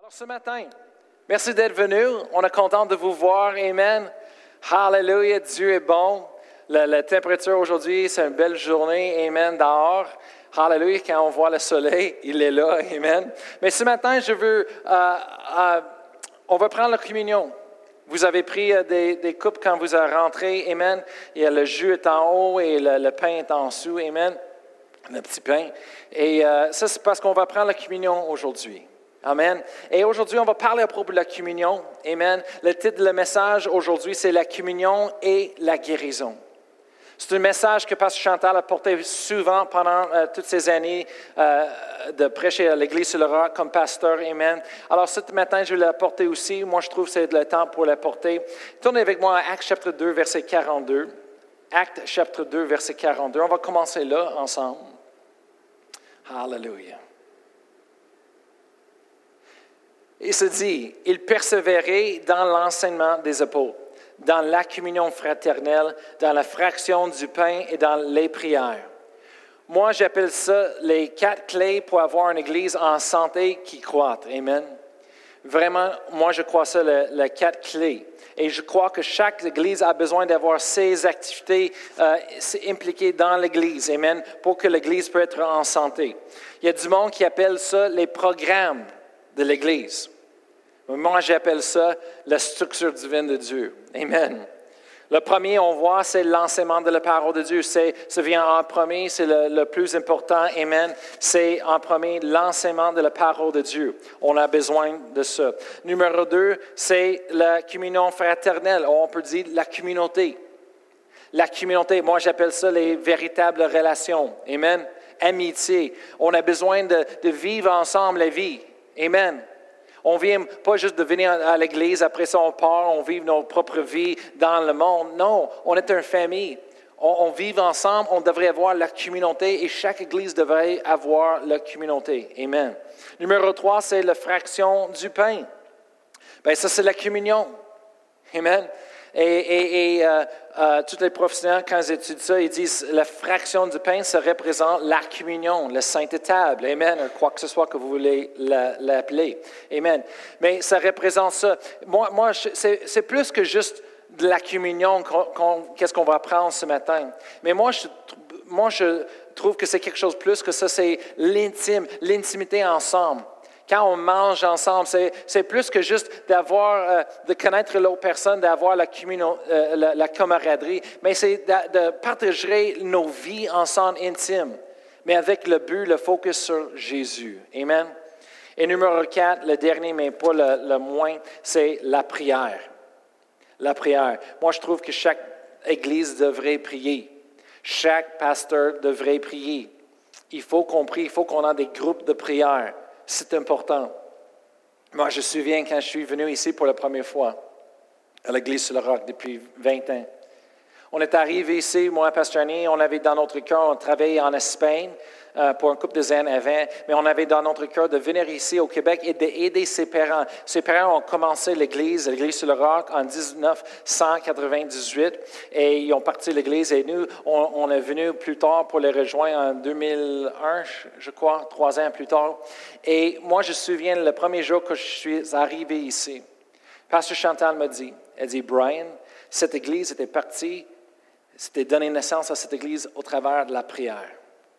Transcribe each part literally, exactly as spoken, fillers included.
Alors ce matin, merci d'être venu. On est content de vous voir. Amen. Hallelujah. Dieu est bon. La, la température aujourd'hui, c'est une belle journée. Amen. Dehors. Hallelujah. Quand on voit le soleil, il est là. Amen. Mais ce matin, je veux, euh, euh, on va prendre la communion. Vous avez pris euh, des, des coupes quand vous êtes rentrés. Amen. Et le jus est en haut et le, le pain est en dessous. Amen. Le petit pain. Et euh, ça, c'est parce qu'on va prendre la communion aujourd'hui. Amen. Et aujourd'hui, on va parler à propos de la communion. Amen. Le titre du message aujourd'hui, c'est la communion et la guérison. C'est un message que Pasteur Chantal a porté souvent pendant euh, toutes ces années euh, de prêcher à l'Église sur le roc comme pasteur. Amen. Alors, ce matin, je vais la porter aussi. Moi, je trouve que c'est le temps pour la porter. Tournez avec moi à Actes chapitre deux, verset quarante-deux. Actes chapitre deux, verset quarante-deux. On va commencer là, ensemble. Hallelujah. Il se dit, il persévérait dans l'enseignement des apôtres, dans la communion fraternelle, dans la fraction du pain et dans les prières. Moi, j'appelle ça les quatre clés pour avoir une Église en santé qui croît. Amen. Vraiment, moi, je crois ça, les, les quatre clés. Et je crois que chaque Église a besoin d'avoir ces activités euh, impliquées dans l'Église. Amen. Pour que l'Église puisse être en santé. Il y a du monde qui appelle ça les programmes de l'Église. Moi, j'appelle ça la structure divine de Dieu. Amen. Le premier, on voit, c'est l'enseignement de la parole de Dieu. C'est, ça vient en premier, c'est le, le plus important. Amen. C'est en premier l'enseignement de la parole de Dieu. On a besoin de ça. Numéro deux, c'est la communion fraternelle. On peut dire la communauté. La communauté, moi, j'appelle ça les véritables relations. Amen. Amitié. On a besoin de, de vivre ensemble la vie. Amen. On ne vient pas juste de venir à l'église, après ça on part, on vit nos propres vies dans le monde. Non, on est une famille. On, on vit ensemble, on devrait avoir la communauté et chaque église devrait avoir la communauté. Amen. Numéro trois, c'est la fraction du pain. Bien, ça, c'est la communion. Amen. Et, et, et euh, euh, tous les professionnels, quand ils étudient ça, ils disent la fraction du pain, ça représente la communion, la sainte table. Amen. Quoi que ce soit que vous voulez la, l'appeler. Amen. Mais ça représente ça. Moi, moi c'est, c'est plus que juste de la communion, qu'on, qu'on, qu'est-ce qu'on va apprendre ce matin. Mais moi je, moi, je trouve que c'est quelque chose de plus que ça, c'est l'intime, l'intimité ensemble. Quand on mange ensemble, c'est, c'est plus que juste d'avoir, euh, de connaître l'autre personne, d'avoir la, communo, euh, la, la camaraderie, mais c'est de, de partager nos vies ensemble intimes, mais avec le but, le focus sur Jésus. Amen. Et numéro quatre, le dernier, mais pas le, le moins, c'est la prière. La prière. Moi, je trouve que chaque église devrait prier. Chaque pasteur devrait prier. Il faut qu'on prie, il faut qu'on ait des groupes de prière. C'est important. Moi, je me souviens quand je suis venu ici pour la première fois, à l'Église sur le roc, depuis vingt ans. On est arrivé ici, moi et Pasteur Annie, on avait dans notre cœur, on travaillait en Espagne euh, pour un couple de années avant, mais on avait dans notre cœur de venir ici au Québec et d'aider ses parents. Ses parents ont commencé l'Église, l'Église sur le roc, en dix-neuf cent quatre-vingt-dix-huit, et ils ont parti l'Église, et nous, on, on est venu plus tard pour les rejoindre en deux mille un, je crois, trois ans plus tard. Et moi, je me souviens, le premier jour que je suis arrivé ici, Pasteur Chantal m'a dit, elle dit, Brian, cette Église était partie, c'était donné naissance à cette Église au travers de la prière.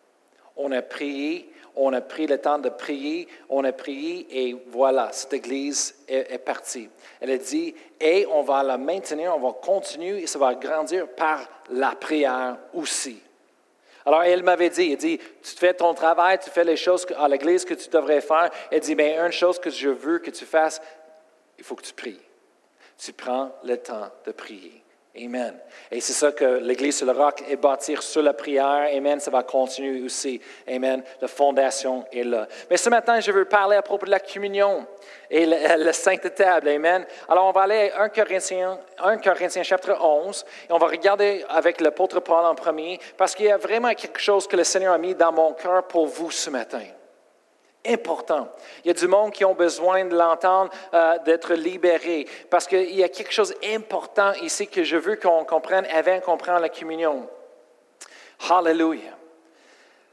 On a prié, on a pris le temps de prier, on a prié et voilà, cette Église est, est partie. Elle a dit, et on va la maintenir, on va continuer et ça va grandir par la prière aussi. Alors, elle m'avait dit, elle dit, tu fais ton travail, tu fais les choses à l'Église que tu devrais faire. Elle dit, bien, une chose que je veux que tu fasses, il faut que tu pries. Tu prends le temps de prier. Amen. Et c'est ça que l'Église sur le roc est bâtie sur la prière. Amen. Ça va continuer aussi. Amen. La fondation est là. Mais ce matin, je veux parler à propos de la communion et la, la sainte table. Amen. Alors, on va aller à un Corinthiens, un Corinthiens chapitre onze et on va regarder avec l'apôtre Paul en premier parce qu'il y a vraiment quelque chose que le Seigneur a mis dans mon cœur pour vous ce matin. Important. Il y a du monde qui ont besoin de l'entendre, euh, d'être libéré, parce qu'il y a quelque chose d'important ici que je veux qu'on comprenne avant qu'on prenne la communion. Hallelujah.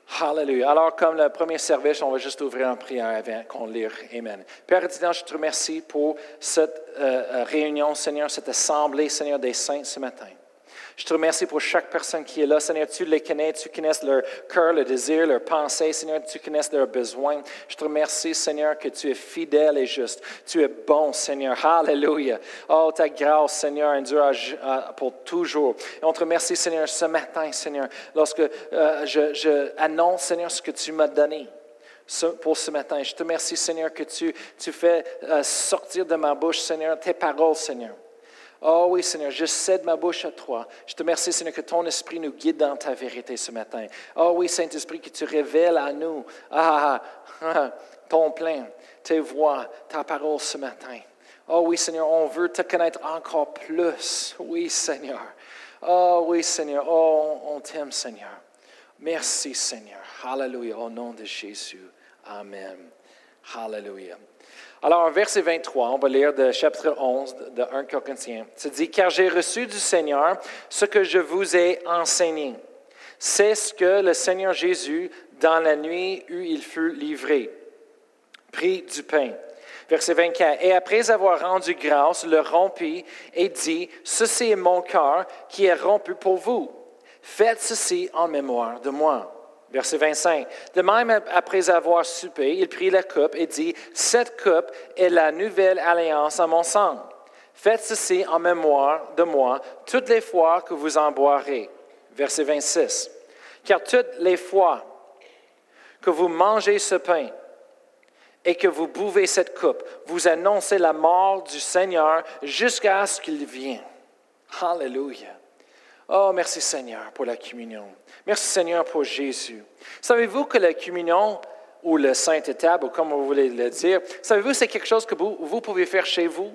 Hallelujah. Alors, comme le premier service, on va juste ouvrir en prière avant qu'on lire. Amen. Père éternel, je te remercie pour cette euh, réunion, Seigneur, cette assemblée, Seigneur, des saints ce matin. Je te remercie pour chaque personne qui est là. Seigneur, tu les connais, tu connais leur cœur, leur désir, leurs pensées. Seigneur, tu connais leurs besoins. Je te remercie, Seigneur, que tu es fidèle et juste. Tu es bon, Seigneur. Hallelujah. Oh, ta grâce, Seigneur, endure pour toujours. Et on te remercie, Seigneur, ce matin, Seigneur, lorsque euh, je, je annonce, Seigneur, ce que tu m'as donné pour ce matin. Je te remercie, Seigneur, que tu, tu fais euh, sortir de ma bouche, Seigneur, tes paroles, Seigneur. Oh oui, Seigneur, je cède ma bouche à toi. Je te remercie, Seigneur, que ton esprit nous guide dans ta vérité ce matin. Oh oui, Saint-Esprit, que tu révèles à nous ah, ah, ton plein, tes voix, ta parole ce matin. Oh oui, Seigneur, on veut te connaître encore plus. Oui, Seigneur. Oh oui, Seigneur. Oh, on t'aime, Seigneur. Merci, Seigneur. Hallelujah. Au nom de Jésus. Amen. Hallelujah. Alors, verset vingt-trois, on va lire de chapitre onze de premier Corinthiens. Ça dit, « Car j'ai reçu du Seigneur ce que je vous ai enseigné. C'est ce que le Seigneur Jésus, dans la nuit où il fut livré, prit du pain. » Verset vingt-quatre, « Et après avoir rendu grâce, le rompit et dit, « Ceci est mon cœur qui est rompu pour vous. Faites ceci en mémoire de moi. » Verset vingt-cinq. De même, après avoir soupé, il prit la coupe et dit, « Cette coupe est la nouvelle alliance en mon sang. Faites ceci en mémoire de moi toutes les fois que vous en boirez. » Verset vingt-six. « Car toutes les fois que vous mangez ce pain et que vous buvez cette coupe, vous annoncez la mort du Seigneur jusqu'à ce qu'il vienne. » Alléluia. Oh, merci Seigneur pour la communion. Merci Seigneur pour Jésus. Savez-vous que la communion, ou le sainte table, ou comme vous voulez le dire, savez-vous c'est quelque chose que vous, vous pouvez faire chez vous,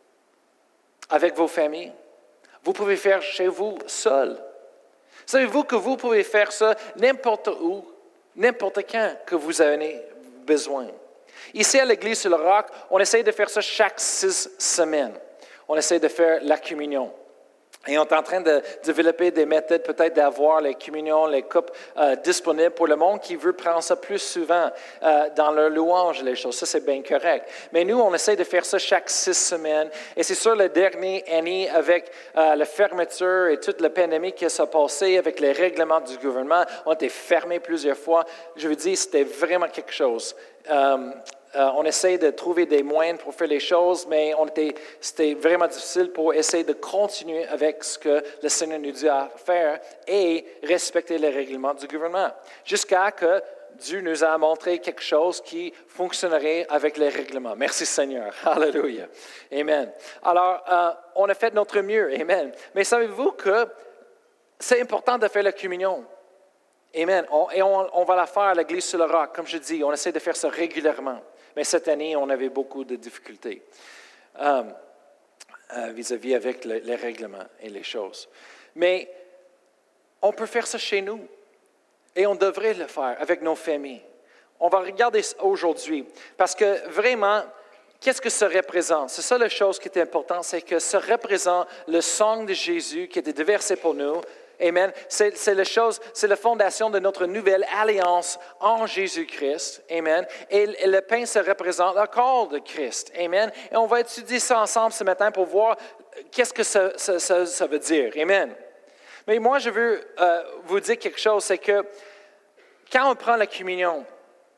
avec vos familles? Vous pouvez faire chez vous seul. Savez-vous que vous pouvez faire ça n'importe où, n'importe quand que vous avez besoin? Ici à l'Église sur le Roc, on essaie de faire ça chaque six semaines. On essaie de faire la communion. Et on est en train de développer des méthodes, peut-être d'avoir les communions, les coupes euh, disponibles pour le monde qui veut prendre ça plus souvent euh, dans leur louange, les choses. Ça, c'est bien correct. Mais nous, on essaie de faire ça chaque six semaines. Et c'est sûr, le dernier année, avec euh, la fermeture et toute la pandémie qui s'est passée, avec les règlements du gouvernement, on a été fermés plusieurs fois. Je veux dire, c'était vraiment quelque chose. Euh, Euh, on essaie de trouver des moyens pour faire les choses, mais on était, c'était vraiment difficile pour essayer de continuer avec ce que le Seigneur nous dit à faire et respecter les règlements du gouvernement. Jusqu'à que Dieu nous a montré quelque chose qui fonctionnerait avec les règlements. Merci Seigneur. Alléluia. Amen. Alors, euh, on a fait notre mieux. Amen. Mais savez-vous que c'est important de faire la communion? Amen. On, et on, on va la faire à l'Église sur le Roc. Comme je dis, on essaie de faire ça régulièrement. Mais cette année, on avait beaucoup de difficultés euh, euh, vis-à-vis avec le, les règlements et les choses. Mais on peut faire ça chez nous. Et on devrait le faire avec nos familles. On va regarder aujourd'hui. Parce que vraiment, qu'est-ce que ça représente? C'est ça la chose qui est importante, c'est que ça représente le sang de Jésus qui a été déversé pour nous. Amen. C'est, c'est la chose, c'est la fondation de notre nouvelle alliance en Jésus-Christ. Amen. Et, et le pain, ça représente le corps de Christ. Amen. Et on va étudier ça ensemble ce matin pour voir qu'est-ce que ça, ça, ça, ça veut dire. Amen. Mais moi, je veux euh, vous dire quelque chose, c'est que quand on prend la communion,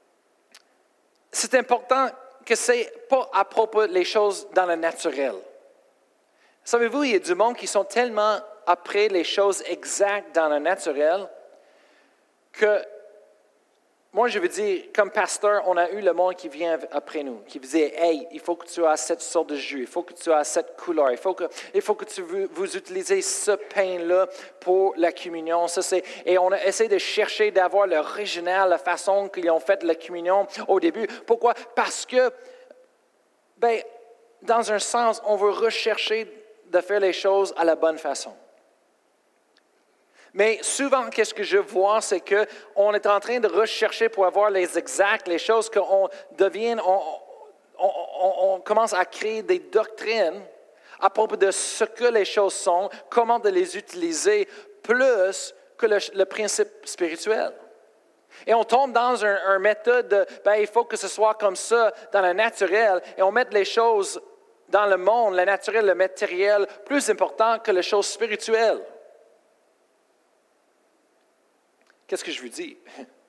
c'est important que ce n'est pas à propos des choses dans le naturel. Savez-vous, il y a du monde qui sont tellement après les choses exactes dans le naturel que, moi je veux dire, comme pasteur, on a eu le monde qui vient après nous, qui disait, « Hey, il faut que tu aies cette sorte de jus, il faut que tu aies cette couleur, il faut que, il faut que tu vous, vous utilisez ce pain-là pour la communion. » Ça, c'est, et on a essayé de chercher d'avoir l'original, la façon qu'ils ont fait la communion au début. Pourquoi? Parce que, ben, dans un sens, on veut rechercher de faire les choses à la bonne façon. Mais souvent, qu'est-ce que je vois, c'est qu'on est en train de rechercher pour avoir les exacts, les choses qu'on devienne, on, on, on, on commence à créer des doctrines à propos de ce que les choses sont, comment de les utiliser, plus que le, le principe spirituel. Et on tombe dans une un méthode de, ben, il faut que ce soit comme ça dans le naturel, et on met les choses dans le monde, le naturel, le matériel, plus important que les choses spirituelles. Qu'est-ce que je vous dis?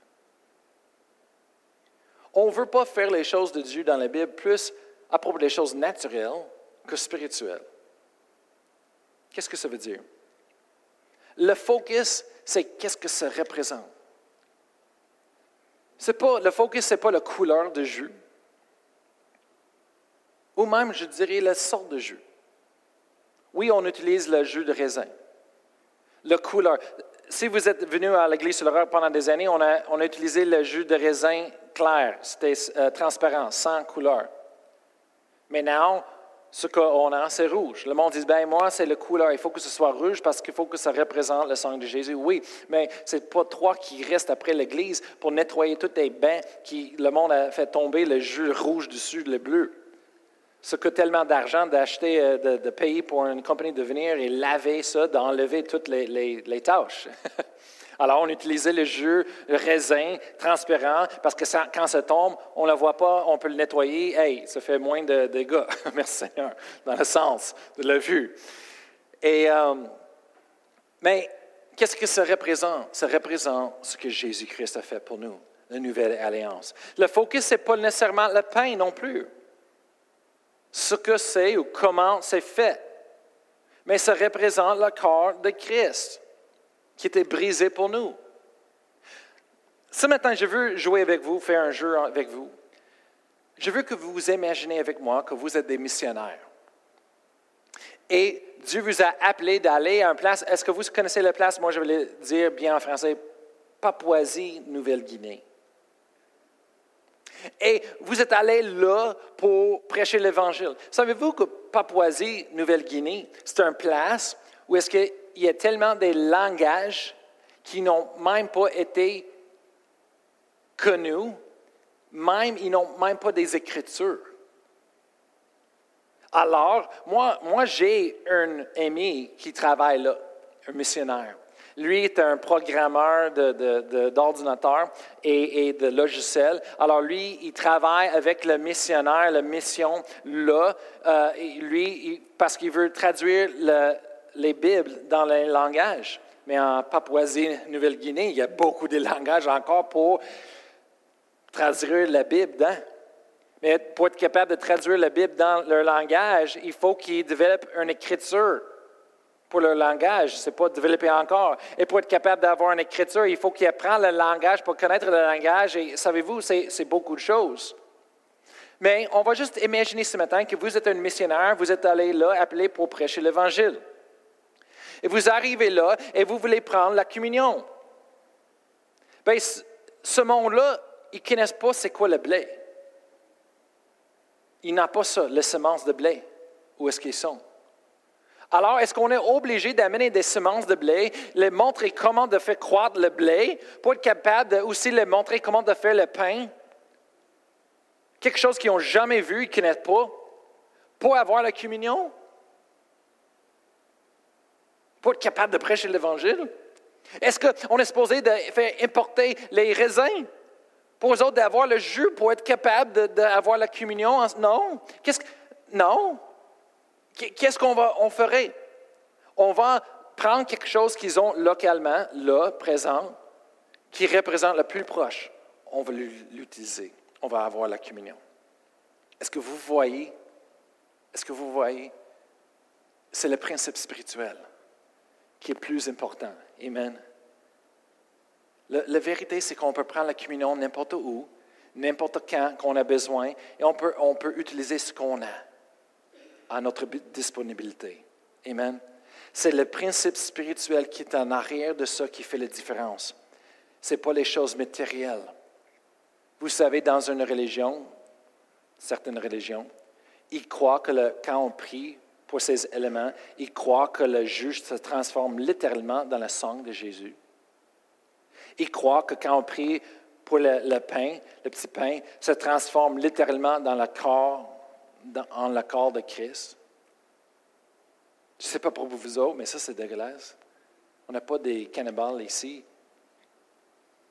On ne veut pas faire les choses de Dieu dans la Bible plus à propos des choses naturelles que spirituelles. Qu'est-ce que ça veut dire? Le focus, c'est qu'est-ce que ça représente. C'est pas, le focus, ce n'est pas la couleur de jus, ou même, je dirais, la sorte de jus. Oui, on utilise le jus de raisin. La couleur. Si vous êtes venu à l'Église sur l'Horreur pendant des années, on a, on a utilisé le jus de raisin clair. C'était euh, transparent, sans couleur. Maintenant, ce qu'on a, c'est rouge. Le monde dit, ben moi, c'est la couleur. Il faut que ce soit rouge parce qu'il faut que ça représente le sang de Jésus. Oui, mais ce n'est pas toi qui restes après l'Église pour nettoyer tous les bains qui le monde a fait tomber le jus rouge dessus, le bleu. Ça coûte tellement d'argent d'acheter, de, de payer pour une compagnie de venir et laver ça, d'enlever toutes les, les, les tâches. Alors, on utilisait le jus, le raisin transparent, parce que ça, quand ça tombe, on ne le voit pas, on peut le nettoyer. Hey, ça fait moins de dégâts. Merci Seigneur, dans le sens de la vue. Et, euh, mais qu'est-ce que ça représente? Ça représente ce que Jésus-Christ a fait pour nous, la nouvelle alliance. Le focus, ce n'est pas nécessairement le pain non plus. Ce que c'est ou comment c'est fait. Mais ça représente le corps de Christ qui était brisé pour nous. Ce matin, je veux jouer avec vous, faire un jeu avec vous. Je veux que vous vous imaginez avec moi que vous êtes des missionnaires. Et Dieu vous a appelé d'aller à une place. Est-ce que vous connaissez la place? Moi, je vais le dire bien en français. Papouasie-Nouvelle-Guinée. Et vous êtes allé là pour prêcher l'Évangile. Savez-vous que Papouasie-Nouvelle-Guinée, c'est une place où est-ce qu'il y a tellement de langages qui n'ont même pas été connus, même ils n'ont même pas des écritures. Alors, moi, moi j'ai un ami qui travaille là, un missionnaire. Lui est un programmeur de, de, de, d'ordinateur et, et de logiciels. Alors lui, il travaille avec le missionnaire, la mission là. Euh, lui, il, parce qu'il veut traduire le, les Bibles dans les langages. Mais en Papouasie-Nouvelle-Guinée, il y a beaucoup de langages encore pour traduire la Bible dedans. Mais pour être capable de traduire la Bible dans leur langage, il faut qu'ils développent une écriture. Pour leur langage, ce n'est pas développé encore. Et pour être capable d'avoir une écriture, il faut qu'ils apprennent le langage pour connaître le langage. Et savez-vous, c'est, c'est beaucoup de choses. Mais on va juste imaginer ce matin que vous êtes un missionnaire, vous êtes allé là, appelé pour prêcher l'Évangile. Et vous arrivez là et vous voulez prendre la communion. Bien, ce monde-là, ils ne connaissent pas c'est quoi le blé. Ils n'ont pas ça, les semences de blé. Où est-ce qu'ils sont? Alors, est-ce qu'on est obligé d'amener des semences de blé, les montrer comment de faire croître le blé, pour être capable de aussi les montrer comment de faire le pain? Quelque chose qu'ils n'ont jamais vu, ils ne connaissent pas, pour avoir la communion? Pour être capable de prêcher l'Évangile? Est-ce qu'on est supposé de faire importer les raisins pour eux autres d'avoir le jus pour être capable de, d'avoir la communion? Non. Qu'est-ce que... Non. Qu'est-ce qu'on va, on ferait? On va prendre quelque chose qu'ils ont localement, là, présent, qui représente le plus proche. On va l'utiliser. On va avoir la communion. Est-ce que vous voyez? Est-ce que vous voyez? C'est le principe spirituel qui est plus important. Amen. Le, la vérité, c'est qu'on peut prendre la communion n'importe où, n'importe quand qu'on a besoin, et on peut, on peut utiliser ce qu'on a à notre disponibilité. Amen. C'est le principe spirituel qui est en arrière de ça qui fait la différence. Ce n'est pas les choses matérielles. Vous savez, dans une religion, certaines religions, ils croient que le, quand on prie pour ces éléments, ils croient que le jus se transforme littéralement dans le sang de Jésus. Ils croient que quand on prie pour le, le pain, le petit pain, se transforme littéralement dans le corps Dans, en le corps de Christ. Je ne sais pas pour vous autres, mais ça, c'est dégueulasse. On n'a pas des cannibales ici.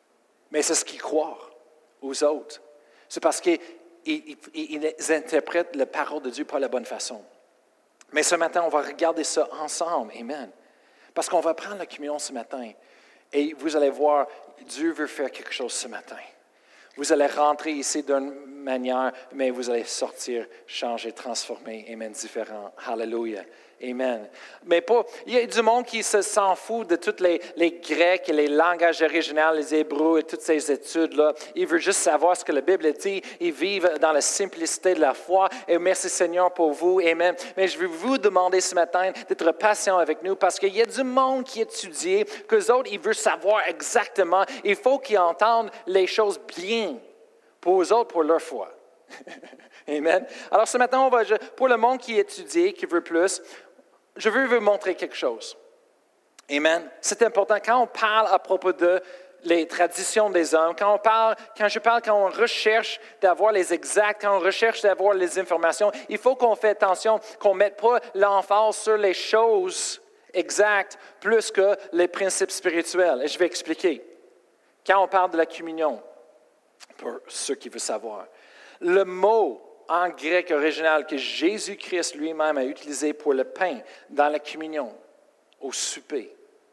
Mais c'est ce qu'ils croient aux autres. C'est parce qu'ils ils, ils, ils interprètent la parole de Dieu pas de la bonne façon. Mais ce matin, on va regarder ça ensemble. Amen. Parce qu'on va prendre la communion ce matin. Et vous allez voir, Dieu veut faire quelque chose ce matin. Vous allez rentrer ici d'une manière, mais vous allez sortir, changer, transformer. Amen, différent. Hallelujah. Amen. Mais pas, il y a du monde qui se s'en fout de tous les, les Grecs et les langages originaux, les Hébreux et toutes ces études-là. Ils veulent juste savoir ce que la Bible dit. Ils vivent dans la simplicité de la foi. Et merci Seigneur pour vous. Amen. Mais je vais vous demander ce matin d'être patient avec nous parce qu'il y a du monde qui étudie, qu'eux autres, ils veulent savoir exactement. Il faut qu'ils entendent les choses bien pour eux autres, pour leur foi. Amen. Alors ce matin, on va, pour le monde qui étudie, qui veut plus, je veux vous montrer quelque chose. Amen. C'est important. Quand on parle à propos de les traditions des hommes, quand on parle, quand je parle, quand on recherche d'avoir les exacts, quand on recherche d'avoir les informations, il faut qu'on fasse attention, qu'on ne mette pas l'emphase sur les choses exactes plus que les principes spirituels. Et je vais expliquer. Quand on parle de la communion, pour ceux qui veulent savoir, le mot en grec original que Jésus-Christ lui-même a utilisé pour le pain dans la communion, au souper,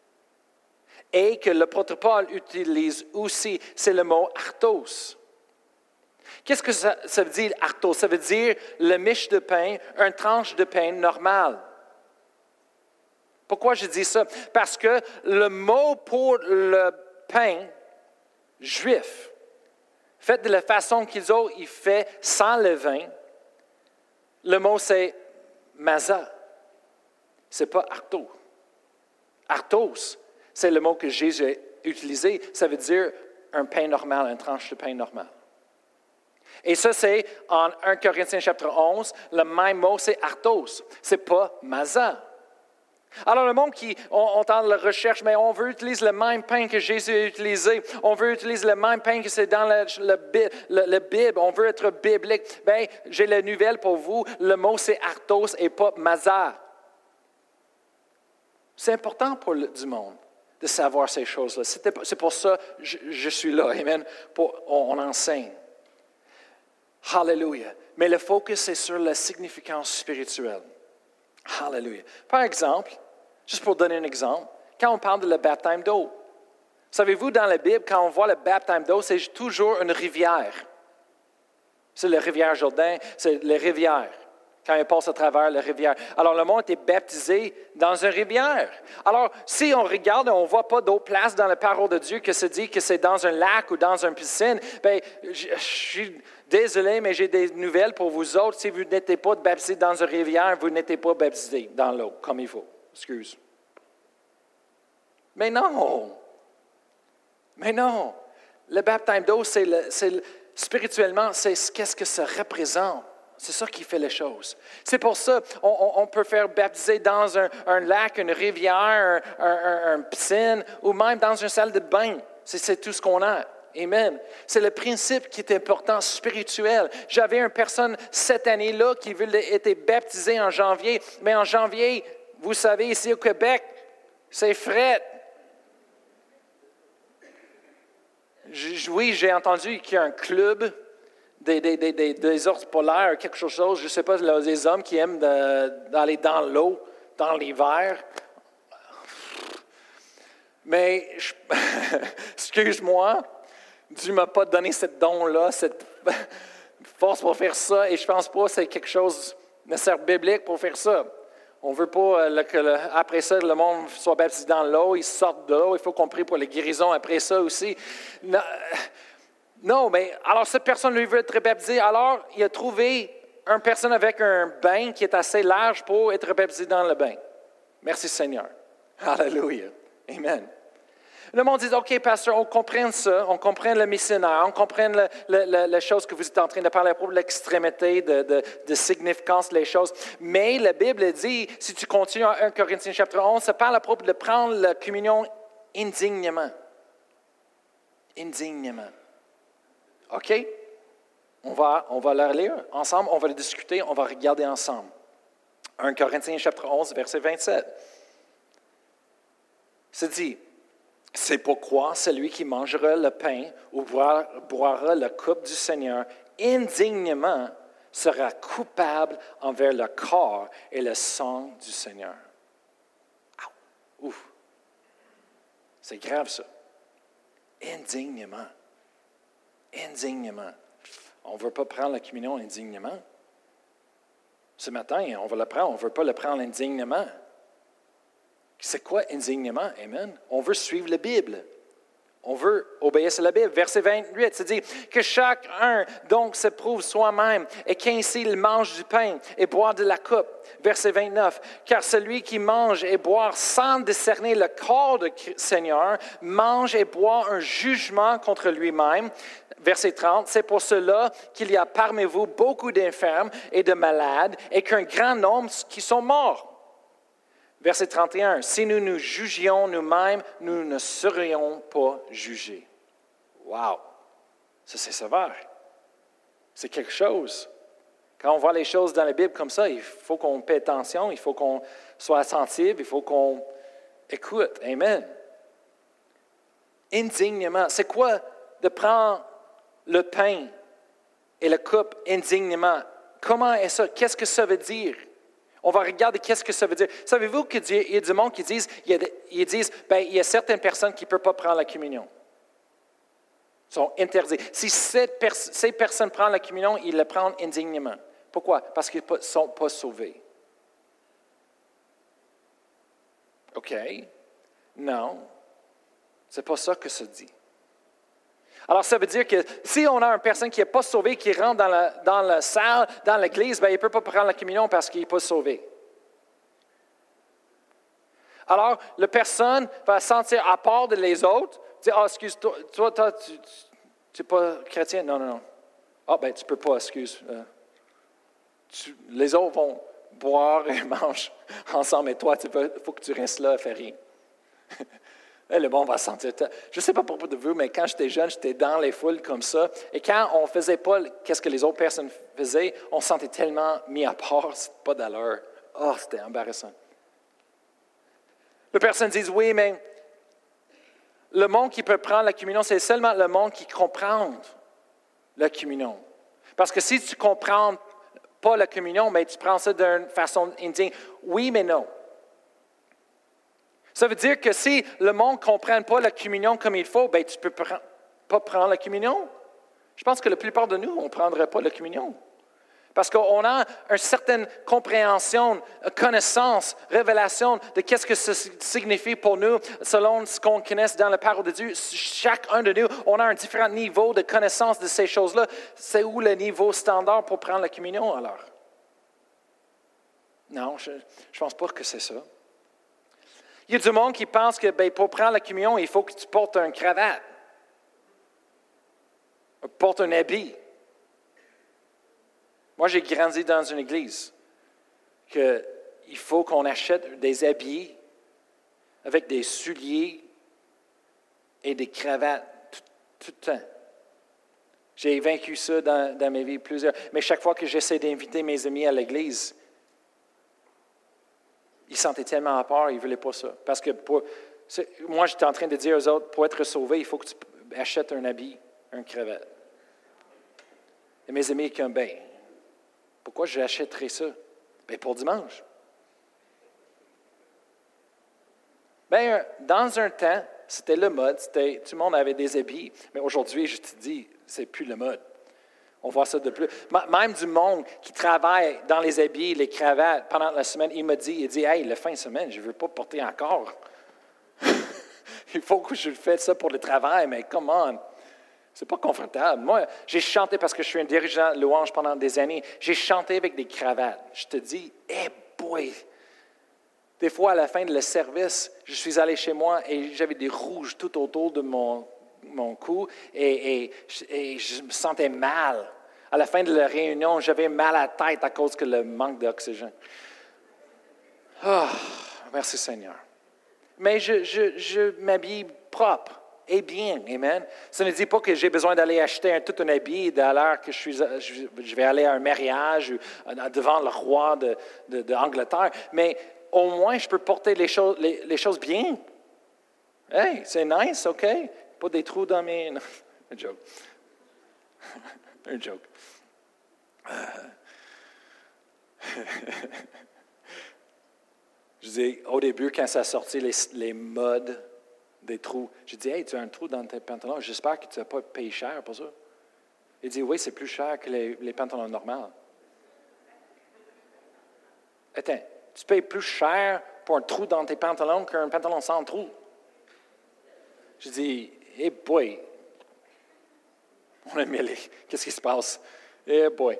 et que l'apôtre Paul utilise aussi, c'est le mot artos. Qu'est-ce que ça, ça veut dire artos? Ça veut dire le miche de pain, une tranche de pain normale. Pourquoi je dis ça? Parce que le mot pour le pain juif, fait de la façon qu'ils ont, il fait sans levain. Le mot, c'est maza. Ce n'est pas artos. Artos, c'est le mot que Jésus a utilisé. Ça veut dire un pain normal, une tranche de pain normal. Et ça, c'est en premier Corinthiens chapitre onze, le même mot, c'est artos. Ce n'est pas maza. Alors, le monde qui, on, on tente la recherche, mais on veut utiliser le même pain que Jésus a utilisé. On veut utiliser le même pain que c'est dans le, le, le, le Bible. On veut être biblique. Bien, j'ai la nouvelle pour vous. Le mot, c'est artos et pas mazar. C'est important pour le, du monde de savoir ces choses-là. C'était, c'est pour ça que je, je suis là. Amen. Pour, on, on enseigne. Hallelujah. Mais le focus est sur la significance spirituelle. Hallelujah. Par exemple, juste pour donner un exemple, quand on parle de le baptême d'eau, savez-vous, dans la Bible, quand on voit le baptême d'eau, c'est toujours une rivière. C'est la rivière Jourdain, c'est les rivières. Quand on passe à travers la rivière. Alors, le monde est baptisé dans une rivière. Alors, si on regarde et on ne voit pas d'autre place dans la parole de Dieu que se dit que c'est dans un lac ou dans une piscine, bien, je, je suis désolé, mais j'ai des nouvelles pour vous autres. Si vous n'êtes pas baptisé dans une rivière, vous n'êtes pas baptisé dans l'eau, comme il faut. Excuse. Mais non. Mais non. Le baptême d'eau, c'est, le, c'est le, spirituellement, c'est qu'est-ce que ça représente. C'est ça qui fait les choses. C'est pour ça qu'on on peut faire baptiser dans un, un lac, une rivière, un, un, un piscine, ou même dans une salle de bain. C'est, c'est tout ce qu'on a. Amen. C'est le principe qui est important, spirituel. J'avais une personne cette année-là qui était baptisée en janvier, mais en janvier, vous savez, ici au Québec, c'est fret. Oui, j'ai entendu qu'il y a un club Des, des, des, des, des ours polaires, quelque chose, je ne sais pas, des hommes qui aiment de, d'aller dans l'eau, dans l'hiver. Mais, je, excuse-moi, Dieu ne m'a pas donné ce don-là, cette force pour faire ça, et je ne pense pas que c'est quelque chose nécessaire biblique pour faire ça. On ne veut pas euh, que le, après ça, le monde soit baptisé dans l'eau, ils sortent de l'eau, il faut qu'on prie pour les guérisons après ça aussi. Non, Non, mais alors cette personne lui veut être baptisée. Alors, il a trouvé une personne avec un bain qui est assez large pour être baptisé dans le bain. Merci Seigneur. Alléluia. Amen. Le monde dit, OK, pasteur, on comprend ça, on comprend le missionnaire, on comprend le, le, le, la chose que vous êtes en train de parler à propos de l'extrémité, de, de, de significance des choses. Mais la Bible dit, si tu continues en premier Corinthiens chapitre onze, ça parle à propos de prendre la communion indignement. Indignement. OK? On va, on va la lire ensemble, on va le discuter, on va regarder ensemble. premier Corinthiens chapitre onze, verset vingt-sept. C'est dit, C'est pourquoi celui qui mangera le pain ou boira, boira la coupe du Seigneur indignement sera coupable envers le corps et le sang du Seigneur. Ouh. Ouf. C'est grave ça. Indignement. Indignement. On ne veut pas prendre la communion indignement. Ce matin, on va le prendre, on ne veut pas le prendre indignement. C'est quoi indignement? Amen. On veut suivre la Bible. On veut obéir à la Bible. Verset vingt-huit, c'est dit que chacun donc se prouve soi-même et qu'ainsi il mange du pain et boit de la coupe. Verset vingt-neuf, car celui qui mange et boit sans discerner le corps du Seigneur mange et boit un jugement contre lui-même. Verset trente, c'est pour cela qu'il y a parmi vous beaucoup d'infirmes et de malades et qu'un grand nombre qui sont morts. Verset trente et un, si nous nous jugions nous-mêmes, nous ne serions pas jugés. Wow! Ça, c'est sévère. C'est quelque chose. Quand on voit les choses dans la Bible comme ça, il faut qu'on paie attention, il faut qu'on soit attentif, il faut qu'on écoute. Amen. Indignement. C'est quoi de prendre le pain et la coupe indignement? Comment est ça? Qu'est-ce que ça veut dire? On va regarder qu'est-ce que ça veut dire. Savez-vous qu'il y a du monde qui disent, ils disent, bien, il y a certaines personnes qui ne peuvent pas prendre la communion. Ils sont interdits. Si cette pers- ces personnes prennent la communion, ils la prennent indignement. Pourquoi? Parce qu'ils ne sont pas sauvés. OK. Non. Ce n'est pas ça que ça dit. Alors, ça veut dire que si on a une personne qui n'est pas sauvée, qui rentre dans la, dans la salle, dans l'église, bien, il ne peut pas prendre la communion parce qu'il n'est pas sauvé. Alors, la personne va se sentir à part de les autres, dire, « Ah, excuse-toi, toi, toi tu n'es pas chrétien? » Non, non, non. « Ah, bien, tu ne peux pas, excuse. Euh, tu, les autres vont boire et manger ensemble, et toi, il faut que tu restes là à faire rien. » Et le monde va se sentir. Je ne sais pas pourquoi de vous, mais quand j'étais jeune, j'étais dans les foules comme ça. Et quand on ne faisait pas ce que les autres personnes faisaient, on se sentait tellement mis à part, c'était pas d'allure. Oh, c'était embarrassant. Les personnes disent, oui, mais le monde qui peut prendre la communion, c'est seulement le monde qui comprend la communion. Parce que si tu ne comprends pas la communion, mais tu prends ça d'une façon indigne. Oui, mais non. Ça veut dire que si le monde ne comprend pas la communion comme il faut, bien, tu ne peux pas prendre la communion. Je pense que la plupart de nous, on ne prendrait pas la communion. Parce qu'on a une certaine compréhension, connaissance, révélation de qu'est-ce que ça signifie pour nous selon ce qu'on connaît dans la parole de Dieu. Chacun de nous, on a un différent niveau de connaissance de ces choses-là. C'est où le niveau standard pour prendre la communion alors? Non, je ne pense pas que c'est ça. Il y a du monde qui pense que bien, pour prendre la communion, il faut que tu portes une cravate, portes un habit. Moi, j'ai grandi dans une église qu'il faut qu'on achète des habits avec des souliers et des cravates tout, tout le temps. J'ai vaincu ça dans, dans ma vie plusieurs. Mais chaque fois que j'essaie d'inviter mes amis à l'église, ils sentaient tellement à part, ils ne voulaient pas ça. Parce que pour, moi, j'étais en train de dire aux autres, pour être sauvé, il faut que tu achètes un habit, un cravate. Et mes amis étaient comme, ben, pourquoi j'achèterais ça? Bien, pour dimanche. Bien, dans un temps, c'était le mode, c'était, tout le monde avait des habits, mais aujourd'hui, je te dis, c'est plus le mode. On voit ça de plus. Même du monde qui travaille dans les habits, les cravates, pendant la semaine, il me dit, il dit, « Hey, la fin de semaine, je ne veux pas porter encore. Il faut que je fasse ça pour le travail, mais come on. C'est pas confortable. » Moi, j'ai chanté, parce que je suis un dirigeant louange pendant des années, j'ai chanté avec des cravates. Je te dis, « Hey boy! » Des fois, à la fin de le service, je suis allé chez moi et j'avais des rouges tout autour de mon mon cou et, et, et je me sentais mal. À la fin de la réunion, j'avais mal à la tête à cause que le manque d'oxygène. Oh, merci Seigneur. Mais je, je, je m'habille propre et bien, amen. Ça ne dit pas que j'ai besoin d'aller acheter un, tout un habit à l'heure que je, suis, je, je vais aller à un mariage ou devant le roi de, de, de Angleterre, mais au moins je peux porter les choses, les, les choses bien. Hey, c'est nice, OK? Pas des trous dans mes... Non, un joke. un joke. Je dis, au début, quand ça a sorti les, les modes des trous, j'ai dit, hey, tu as un trou dans tes pantalons, j'espère que tu n'as pas payé cher pour ça. Il dit, oui, c'est plus cher que les, les pantalons normaux. Attends, tu payes plus cher pour un trou dans tes pantalons qu'un pantalon sans trou. Je dis, hey boy, on est mêlés. Qu'est-ce qui se passe? Hey boy.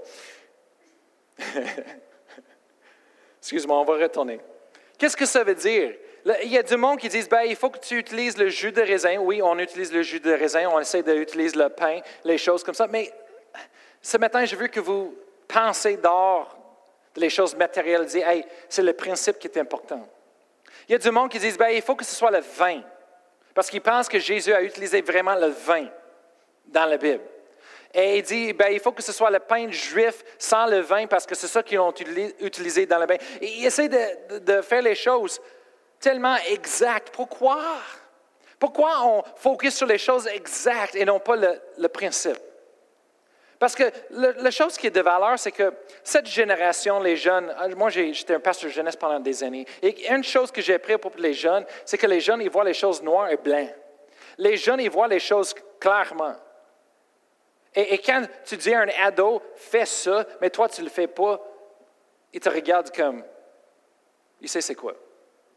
Excuse-moi, on va retourner. Qu'est-ce que ça veut dire? Là, il y a du monde qui dit, ben, il faut que tu utilises le jus de raisin. Oui, on utilise le jus de raisin, on essaie d'utiliser le pain, les choses comme ça. Mais ce matin, j'ai vu que vous pensez d'or, les choses matérielles, dire, hey, c'est le principe qui est important. Il y a du monde qui dit, ben, il faut que ce soit le vin. Parce qu'ils pensent que Jésus a utilisé vraiment le vin dans la Bible. Et il dit, ben, il faut que ce soit le pain juif sans le vin, parce que c'est ça qu'ils ont utilisé dans le bain. Et il essaie de, de, de faire les choses tellement exactes. Pourquoi? Pourquoi on focus sur les choses exactes et non pas le, le principe? Parce que le, la chose qui est de valeur, c'est que cette génération, les jeunes, moi j'ai, j'étais un pasteur de jeunesse pendant des années, et une chose que j'ai appris pour les jeunes, c'est que les jeunes, ils voient les choses noires et blancs. Les jeunes, ils voient les choses clairement. Et, et quand tu dis à un ado, fais ça, mais toi tu ne le fais pas, il te regarde comme, il sait c'est quoi.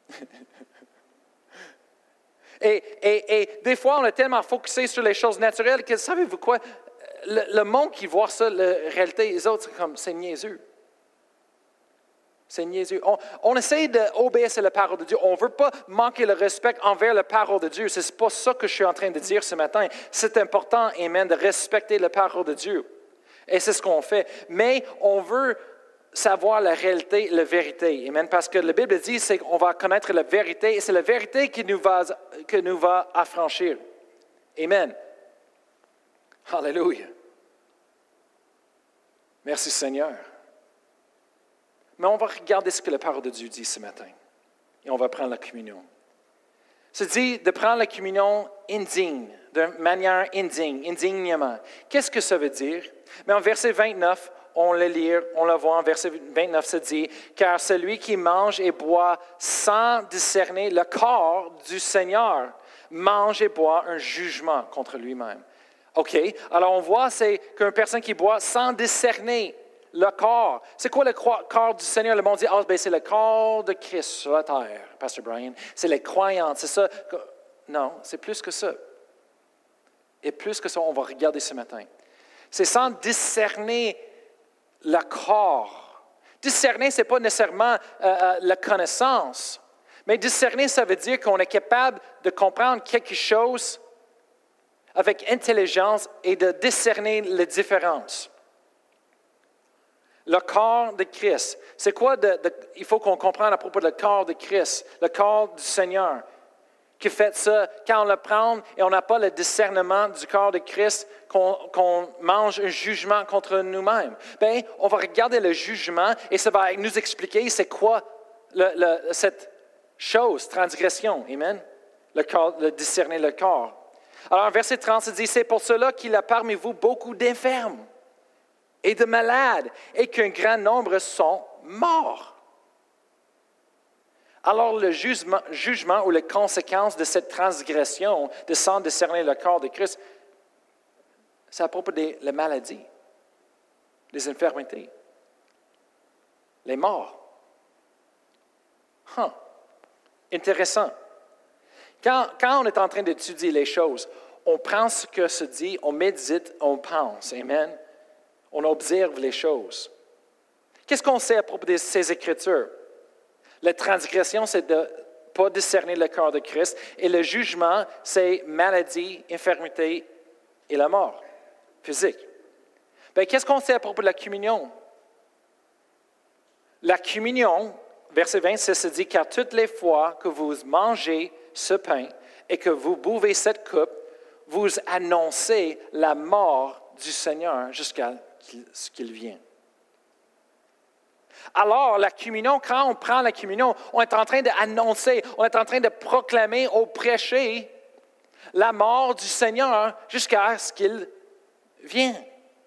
et, et, et des fois, on est tellement focusé sur les choses naturelles que, savez-vous quoi? Le, le monde qui voit ça, la réalité, les autres, c'est comme, c'est niaiseux. C'est niaiseux. On, on essaie d'obéir à la parole de Dieu. On ne veut pas manquer le respect envers la parole de Dieu. Ce n'est pas ça que je suis en train de dire ce matin. C'est important, amen, de respecter la parole de Dieu. Et c'est ce qu'on fait. Mais on veut savoir la réalité, la vérité. Amen. Parce que la Bible dit c'est qu'on va connaître la vérité et c'est la vérité qui nous va, qui nous va affranchir. Amen. Alléluia. Merci Seigneur. Mais on va regarder ce que la parole de Dieu dit ce matin. Et on va prendre la communion. C'est dit de prendre la communion indigne, de manière indigne, indignement. Qu'est-ce que ça veut dire? Mais en verset vingt-neuf, on le lit, on le voit en verset vingt-neuf, ça dit, « Car celui qui mange et boit sans discerner le corps du Seigneur, mange et boit un jugement contre lui-même. » OK, alors on voit, c'est qu'une personne qui boit sans discerner le corps. C'est quoi le corps du Seigneur? Le monde dit, ah, oh, ben, c'est le corps de Christ sur la terre, Pasteur Brian. C'est les croyantes, c'est ça. Non, c'est plus que ça. Et plus que ça, on va regarder ce matin. C'est sans discerner le corps. Discerner, ce n'est pas nécessairement euh, euh, la connaissance. Mais discerner, ça veut dire qu'on est capable de comprendre quelque chose avec intelligence et de discerner les différences. Le corps de Christ. C'est quoi de, de, il faut qu'on comprenne à propos du corps de Christ, le corps du Seigneur, qui fait ça quand on le prend et on n'a pas le discernement du corps de Christ, qu'on, qu'on mange un jugement contre nous-mêmes. Bien, on va regarder le jugement et ça va nous expliquer c'est quoi le, le, cette chose, transgression. Amen. Le, corps, le discerner le corps. Alors, verset trente, ça dit, c'est pour cela qu'il y a parmi vous beaucoup d'infirmes et de malades, et qu'un grand nombre sont morts. Alors, le jugement, jugement ou les conséquences de cette transgression, de sans discerner le corps de Christ, c'est à propos de la maladie, les infirmités, les morts. Huh. Intéressant. Quand, quand on est en train d'étudier les choses, on prend ce que se dit, on médite, on pense. Amen. On observe les choses. Qu'est-ce qu'on sait à propos de ces Écritures? La transgression, c'est de ne pas discerner le corps de Christ. Et le jugement, c'est maladie, infirmité et la mort physique. Bien, qu'est-ce qu'on sait à propos de la communion? La communion, verset vingt-six, se dit, « Car toutes les fois que vous mangez ce pain et que vous buvez cette coupe, vous annoncez la mort du Seigneur jusqu'à ce qu'il vienne. » Alors, la communion, quand on prend la communion, on est en train d'annoncer, on est en train de proclamer ou prêcher la mort du Seigneur jusqu'à ce qu'il vienne.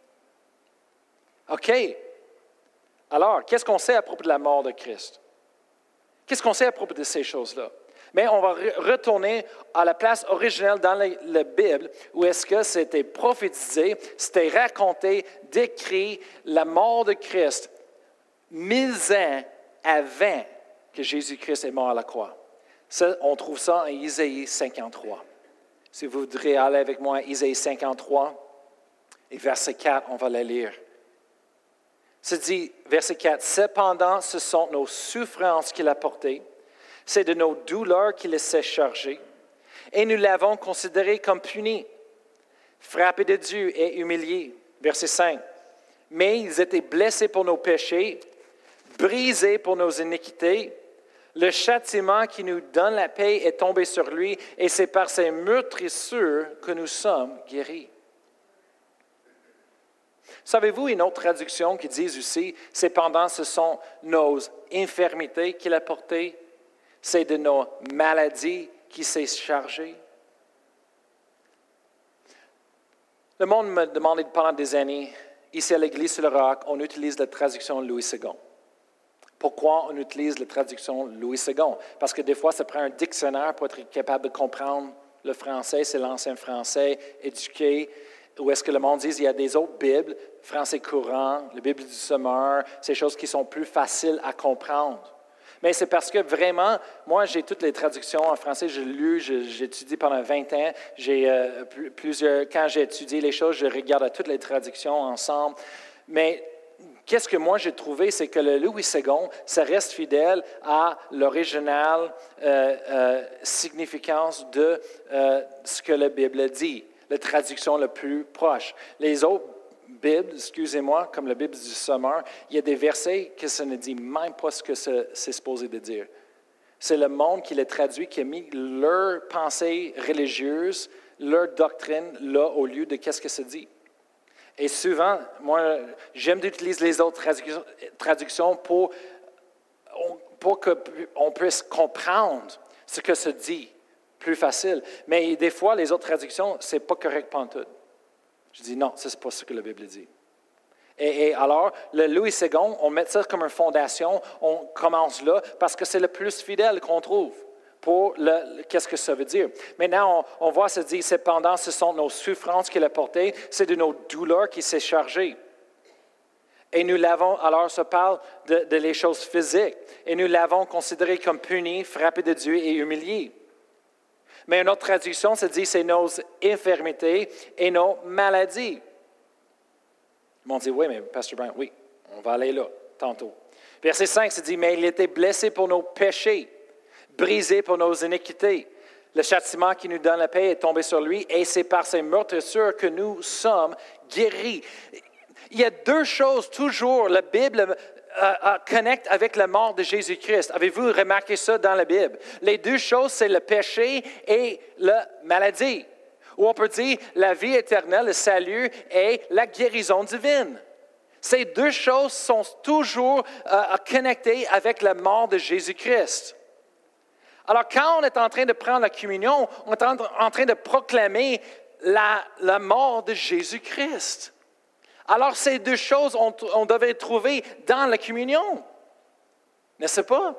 OK. Alors, qu'est-ce qu'on sait à propos de la mort de Christ? Qu'est-ce qu'on sait à propos de ces choses-là? Mais on va re- retourner à la place originelle dans la, la Bible, où est-ce que c'était prophétisé, c'était raconté, décrit la mort de Christ mille ans avant que Jésus-Christ est mort à la croix. Ça, on trouve ça en Isaïe cinquante-trois. Si vous voudrez aller avec moi à Isaïe cinquante-trois, et verset quatre, on va la lire. Ça dit, verset quatre, « Cependant, ce sont nos souffrances qu'il a portées, c'est de nos douleurs qu'il s'est chargé, et nous l'avons considéré comme puni, frappé de Dieu et humilié. » Verset cinq, « Mais ils étaient blessés pour nos péchés, brisés pour nos iniquités. Le châtiment qui nous donne la paix est tombé sur lui, et c'est par ses meurtrissures que nous sommes guéris. » Savez-vous une autre traduction qui dit aussi, « Cependant, ce sont nos infirmités qu'il a portées, c'est de nos maladies qu'il s'est chargé. » Le monde me demandait pendant des années, ici à l'Église sur le Roc, on utilise la traduction Louis Segond. Pourquoi on utilise la traduction Louis Segond? Parce que des fois, ça prend un dictionnaire pour être capable de comprendre le français, c'est l'ancien français, éduqué. Ou est-ce que le monde dit qu'il y a des autres Bibles, français courant, la Bible du Sommeur, ces choses qui sont plus faciles à comprendre. Mais c'est parce que vraiment, moi, j'ai toutes les traductions en français, j'ai lu, j'ai, j'ai étudié pendant vingt ans, j'ai euh, plusieurs, quand j'ai étudié les choses, je regarde toutes les traductions ensemble. Mais qu'est-ce que moi j'ai trouvé, c'est que le Louis Segond, ça reste fidèle à l'original euh, euh, significance de euh, ce que la Bible dit, la traduction la plus proche. Les autres Bibles, excusez-moi, comme la Bible du Sommeur, il y a des versets que ça ne dit même pas ce que c'est supposé de dire. C'est le monde qui l'a traduit, qui a mis leur pensée religieuse, leur doctrine là au lieu de qu'est-ce que ça dit. Et souvent, moi, j'aime d'utiliser les autres traductions pour, pour qu'on puisse comprendre ce que ça dit plus facile. Mais des fois, les autres traductions, ce n'est pas correct pantoute. Je dis non, ce n'est pas ce que la Bible dit. Et, et alors, le Louis Segond, on met ça comme une fondation, on commence là, parce que c'est le plus fidèle qu'on trouve pour le, le, qu'est-ce que ça veut dire. Maintenant, on, on voit se dire, cependant, ce sont nos souffrances qu'il a portées, c'est de nos douleurs qu'il s'est chargé. Et nous l'avons, alors ça parle de, de les choses physiques, et nous l'avons considéré comme puni, frappé de Dieu et humilié. Mais une autre traduction, ça dit, c'est nos infirmités et nos maladies. Ils m'ont dit, oui, mais Pasteur Brian, oui, on va aller là, tantôt. Verset cinq, ça dit, mais il était blessé pour nos péchés, brisé pour nos iniquités. Le châtiment qui nous donne la paix est tombé sur lui, et c'est par ses meurtrissures que nous sommes guéris. Il y a deux choses toujours, la Bible euh, euh, connecte avec la mort de Jésus-Christ. Avez-vous remarqué ça dans la Bible? Les deux choses, c'est le péché et la maladie. Ou on peut dire la vie éternelle, le salut et la guérison divine. Ces deux choses sont toujours euh, connectées avec la mort de Jésus-Christ. Alors, quand on est en train de prendre la communion, on est en, en train de proclamer la, la mort de Jésus-Christ. Alors, ces deux choses, on, on devait trouver dans la communion. N'est-ce pas?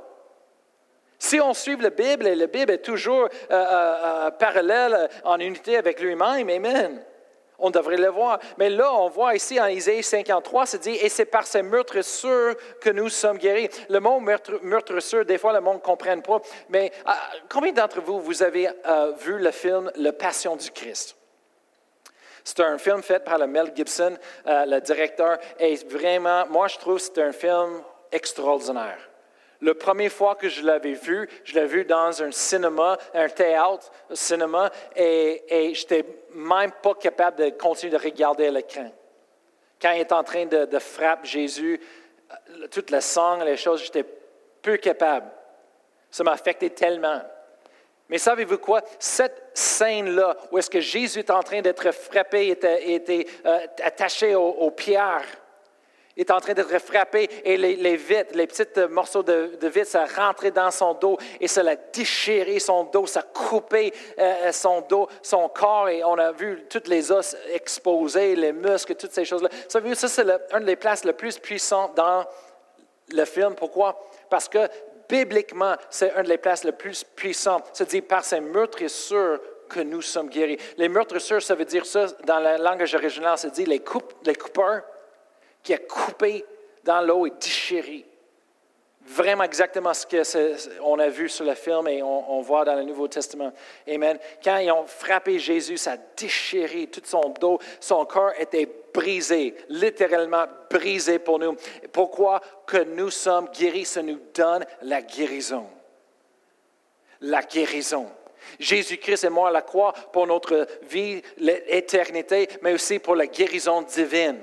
Si on suit la Bible, et la Bible est toujours euh, euh, parallèle, en unité avec lui-même, amen. On devrait le voir. Mais là, on voit ici en Isaïe cinquante-trois, ça dit « Et c'est par ces meurtrissures que nous sommes guéris ». Le mot meurtre, meurtrissure, des fois, le monde ne comprend pas. Mais euh, combien d'entre vous, vous avez euh, vu le film « Le Passion du Christ » ? C'est un film fait par le Mel Gibson, euh, le directeur. Et vraiment, moi, je trouve que c'est un film extraordinaire. La première fois que je l'avais vu, je l'ai vu dans un cinéma, un théâtre, un cinéma, et, et je n'étais même pas capable de continuer de regarder à l'écran. Quand il est en train de, de frapper Jésus, toute la sang, les choses, j'étais peu capable. Ça m'a affecté tellement. Mais savez-vous quoi? Cette scène-là, où est-ce que Jésus est en train d'être frappé, était, était euh, attaché aux, aux pierres, Il est en train d'être frappé et les, les vitres, les petits morceaux de, de vitre, ça rentrait dans son dos et ça l'a déchiré son dos, ça a coupé euh, son dos, son corps et on a vu tous les os exposés, les muscles, toutes ces choses-là. Ça, ça c'est le, une des places les plus puissantes dans le film. Pourquoi? Parce que bibliquement, c'est une des places les plus puissantes. C'est-à-dire par ces meurtrissures que nous sommes guéris. Les meurtrissures, ça veut dire ça, dans la langue originale, ça dit les, coupe, les coupeurs qui a coupé dans l'eau et déchiré. Vraiment exactement ce qu'on a vu sur le film et on, on voit dans le Nouveau Testament. Amen. Quand ils ont frappé Jésus, ça a déchiré tout son dos. Son corps était brisé, littéralement brisé pour nous. Pourquoi? Que nous sommes guéris, ça nous donne la guérison. La guérison. Jésus-Christ est mort à la croix pour notre vie, l'éternité, mais aussi pour la guérison divine.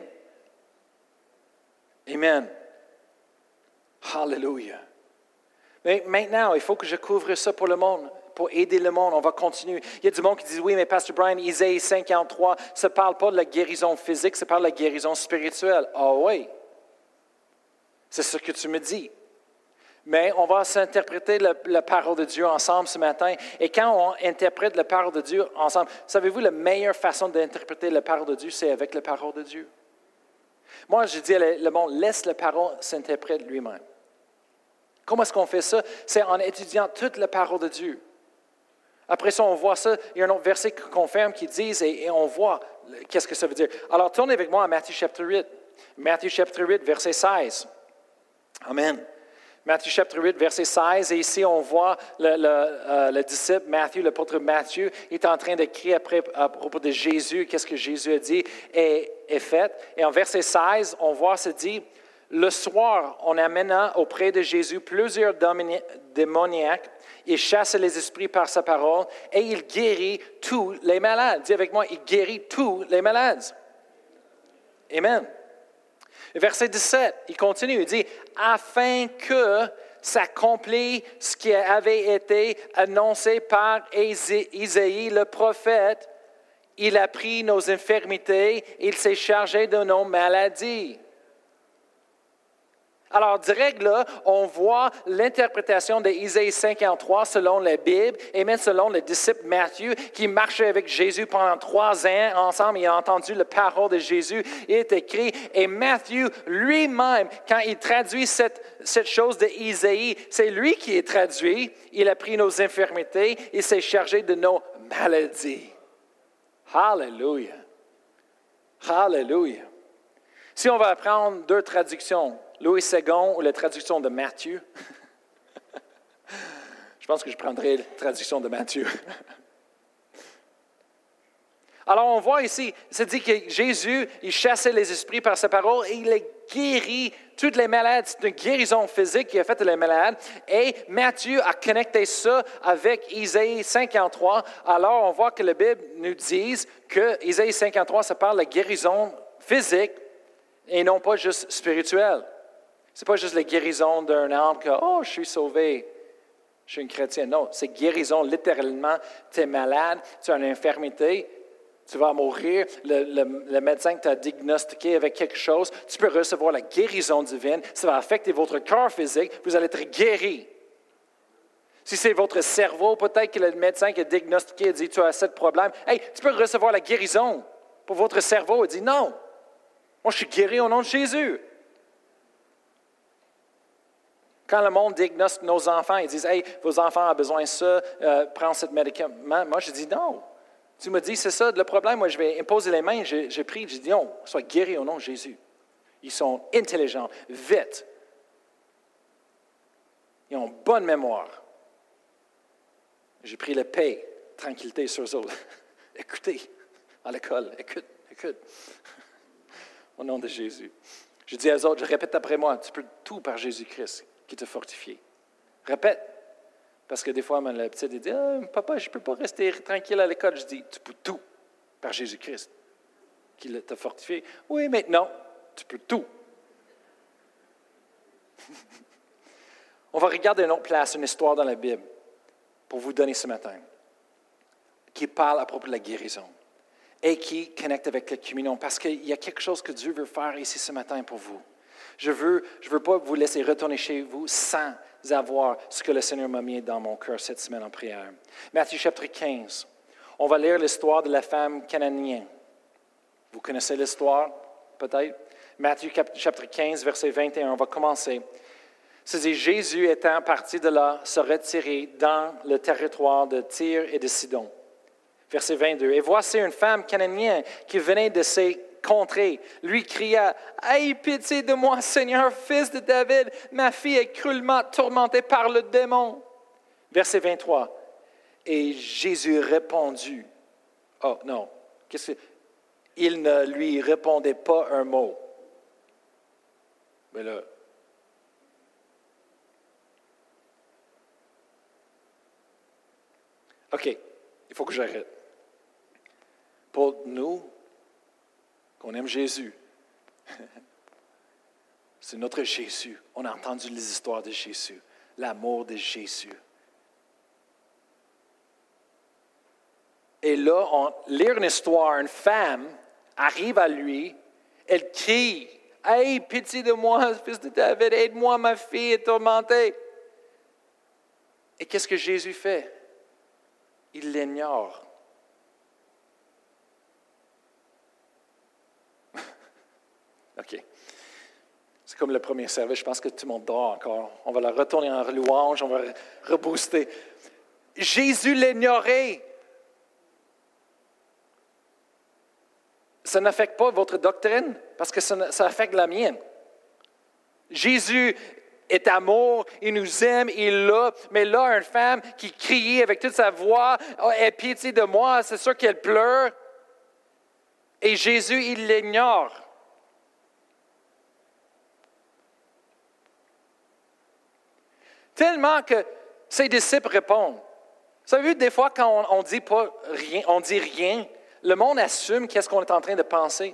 Amen. Hallelujah. Mais maintenant, il faut que je couvre ça pour le monde, pour aider le monde. On va continuer. Il y a du monde qui dit, oui, mais Pasteur Brian, Isaïe cinquante-trois, ça ne parle pas de la guérison physique, ça parle de la guérison spirituelle. Ah oui, c'est ce que tu me dis. Mais on va s'interpréter la, la parole de Dieu ensemble ce matin. Et quand on interprète la parole de Dieu ensemble, savez-vous, la meilleure façon d'interpréter la parole de Dieu, c'est avec la parole de Dieu. Moi, je dis à le monde, laisse la parole s'interpréter lui-même. Comment est-ce qu'on fait ça? C'est en étudiant toute la parole de Dieu. Après ça, on voit ça. Il y a un autre verset qui confirme, qui dit, et, et on voit qu'est-ce que ça veut dire. Alors, tournez avec moi à Matthieu chapitre huit. Matthieu chapitre huit, verset seize. Amen. Matthieu chapitre huit, verset seize, et ici on voit le, le, euh, le disciple Matthieu, l'apôtre Matthieu, est en train d'écrire après, à propos de Jésus, qu'est-ce que Jésus a dit et est fait. Et en verset seize, on voit, se dit, « Le soir, on amena auprès de Jésus plusieurs démoniaques, il chasse les esprits par sa parole, et il guérit tous les malades. » Dis avec moi, il guérit tous les malades. Amen. Verset dix-sept, il continue, il dit, « Afin que s'accomplisse ce qui avait été annoncé par Isaïe le prophète, il a pris nos infirmités, il s'est chargé de nos maladies. » Alors, direct là, on voit l'interprétation d'Isaïe cinquante-trois selon la Bible et même selon le disciple Matthieu qui marchait avec Jésus pendant trois ans ensemble. Il a entendu la parole de Jésus. Il est écrit. Et Matthieu lui-même, quand il traduit cette, cette chose d'Isaïe, c'est lui qui est traduit. Il a pris nos infirmités. Il s'est chargé de nos maladies. Hallelujah. Hallelujah. Si on va prendre deux traductions, Louis Ségon ou la traduction de Matthieu. Je pense que je prendrai la traduction de Matthieu. Alors, on voit ici, c'est dit que Jésus, il chassait les esprits par sa parole et il a guéri toutes les malades. C'est une guérison physique qui a fait les malades. Et Matthieu a connecté ça avec Isaïe cinquante-trois. Alors, on voit que la Bible nous dit que Isaïe cinquante-trois, ça parle de la guérison physique et non pas juste spirituelle. Ce n'est pas juste la guérison d'un âme que « Oh, je suis sauvé, je suis une chrétienne ». Non, c'est guérison littéralement. Tu es malade, tu as une infirmité, tu vas mourir, le, le, le médecin t'a diagnostiqué avec quelque chose, tu peux recevoir la guérison divine, ça va affecter votre corps physique, vous allez être guéri. Si c'est votre cerveau, peut-être que le médecin qui a diagnostiqué a dit « Tu as ce problème ». Hey, tu peux recevoir la guérison pour votre cerveau. Il dit « Non, moi je suis guéri au nom de Jésus ». Quand le monde diagnostique nos enfants, ils disent « Hey, vos enfants ont besoin de ça, euh, prends ce médicament ». Moi, je dis « Non ». Tu me dis « C'est ça le problème ». Moi, je vais imposer les mains. Je, je prie, je dis « Non, sois guéri au nom de Jésus ». Ils sont intelligents, vite. Ils ont bonne mémoire. J'ai pris la paix, tranquillité sur eux autres. Écoutez, à l'école, écoute, écoute. Au nom de Jésus. Je dis aux autres, je répète après moi, tu peux tout par Jésus-Christ qui t'a fortifié. Répète. Parce que des fois, la petite dit, ah, papa, je ne peux pas rester tranquille à l'école. Je dis, tu peux tout par Jésus-Christ qui t'a fortifié. Oui, mais non, tu peux tout. On va regarder une autre place, une histoire dans la Bible, pour vous donner ce matin, qui parle à propos de la guérison et qui connecte avec la communion, parce qu'il y a quelque chose que Dieu veut faire ici ce matin pour vous. Je veux, je veux pas vous laisser retourner chez vous sans avoir ce que le Seigneur m'a mis dans mon cœur cette semaine en prière. Matthieu chapitre quinze. On va lire l'histoire de la femme cananéenne. Vous connaissez l'histoire, peut-être? Matthieu chapitre quinze, verset vingt et un. On va commencer. C'est Jésus étant parti de là, se retirer dans le territoire de Tyr et de Sidon. Verset vingt-deux. Et voici une femme cananéenne qui venait de ces contrées, lui cria, « Aie pitié de moi, Seigneur, fils de David, ma fille est cruellement tourmentée par le démon. » Verset vingt-trois. Et Jésus répondit, oh non, qu'est-ce que... il ne lui répondait pas un mot. Mais là, OK, il faut que j'arrête. Pour nous, qu'on aime Jésus, c'est notre Jésus. On a entendu les histoires de Jésus, l'amour de Jésus. Et là, on lit une histoire, une femme arrive à lui, elle crie, « Hey, pitié de moi, fils de David, aide-moi, ma fille est tourmentée. » Et qu'est-ce que Jésus fait? Il l'ignore. OK. C'est comme le premier service. Je pense que tout le monde dort encore. On va la retourner en louange. On va rebooster. Jésus l'ignorait. Ça n'affecte pas votre doctrine parce que ça, ça affecte la mienne. Jésus est amour, il nous aime, il est là. Mais là, une femme qui criait avec toute sa voix, oh, « Aie pitié de moi », c'est sûr qu'elle pleure. Et Jésus, il l'ignore. Tellement que ses disciples répondent. Vous savez, des fois, quand on, on dit pas rien, on dit rien, le monde assume qu'est-ce qu'on est en train de penser.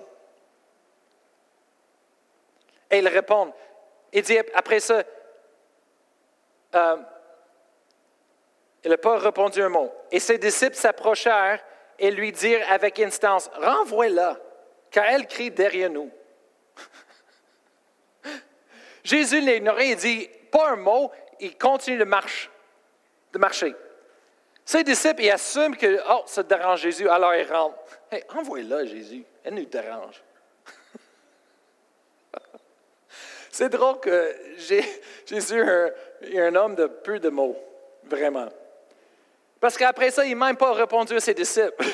Et ils répondent. Il dit après ça, euh, il n'a pas répondu un mot. Et ses disciples s'approchèrent et lui dirent avec instance, « Renvoie-la, car elle crie derrière nous. » Jésus l'ignorait, il dit, pas un mot, il continue de, marche, de marcher. Ses disciples, ils assument que, oh, ça dérange Jésus, alors ils rentrent. Hey, envoie-la, Jésus, elle nous dérange. C'est drôle que Jésus est un homme de peu de mots, vraiment. Parce qu'après ça, il n'a même pas répondu à ses disciples.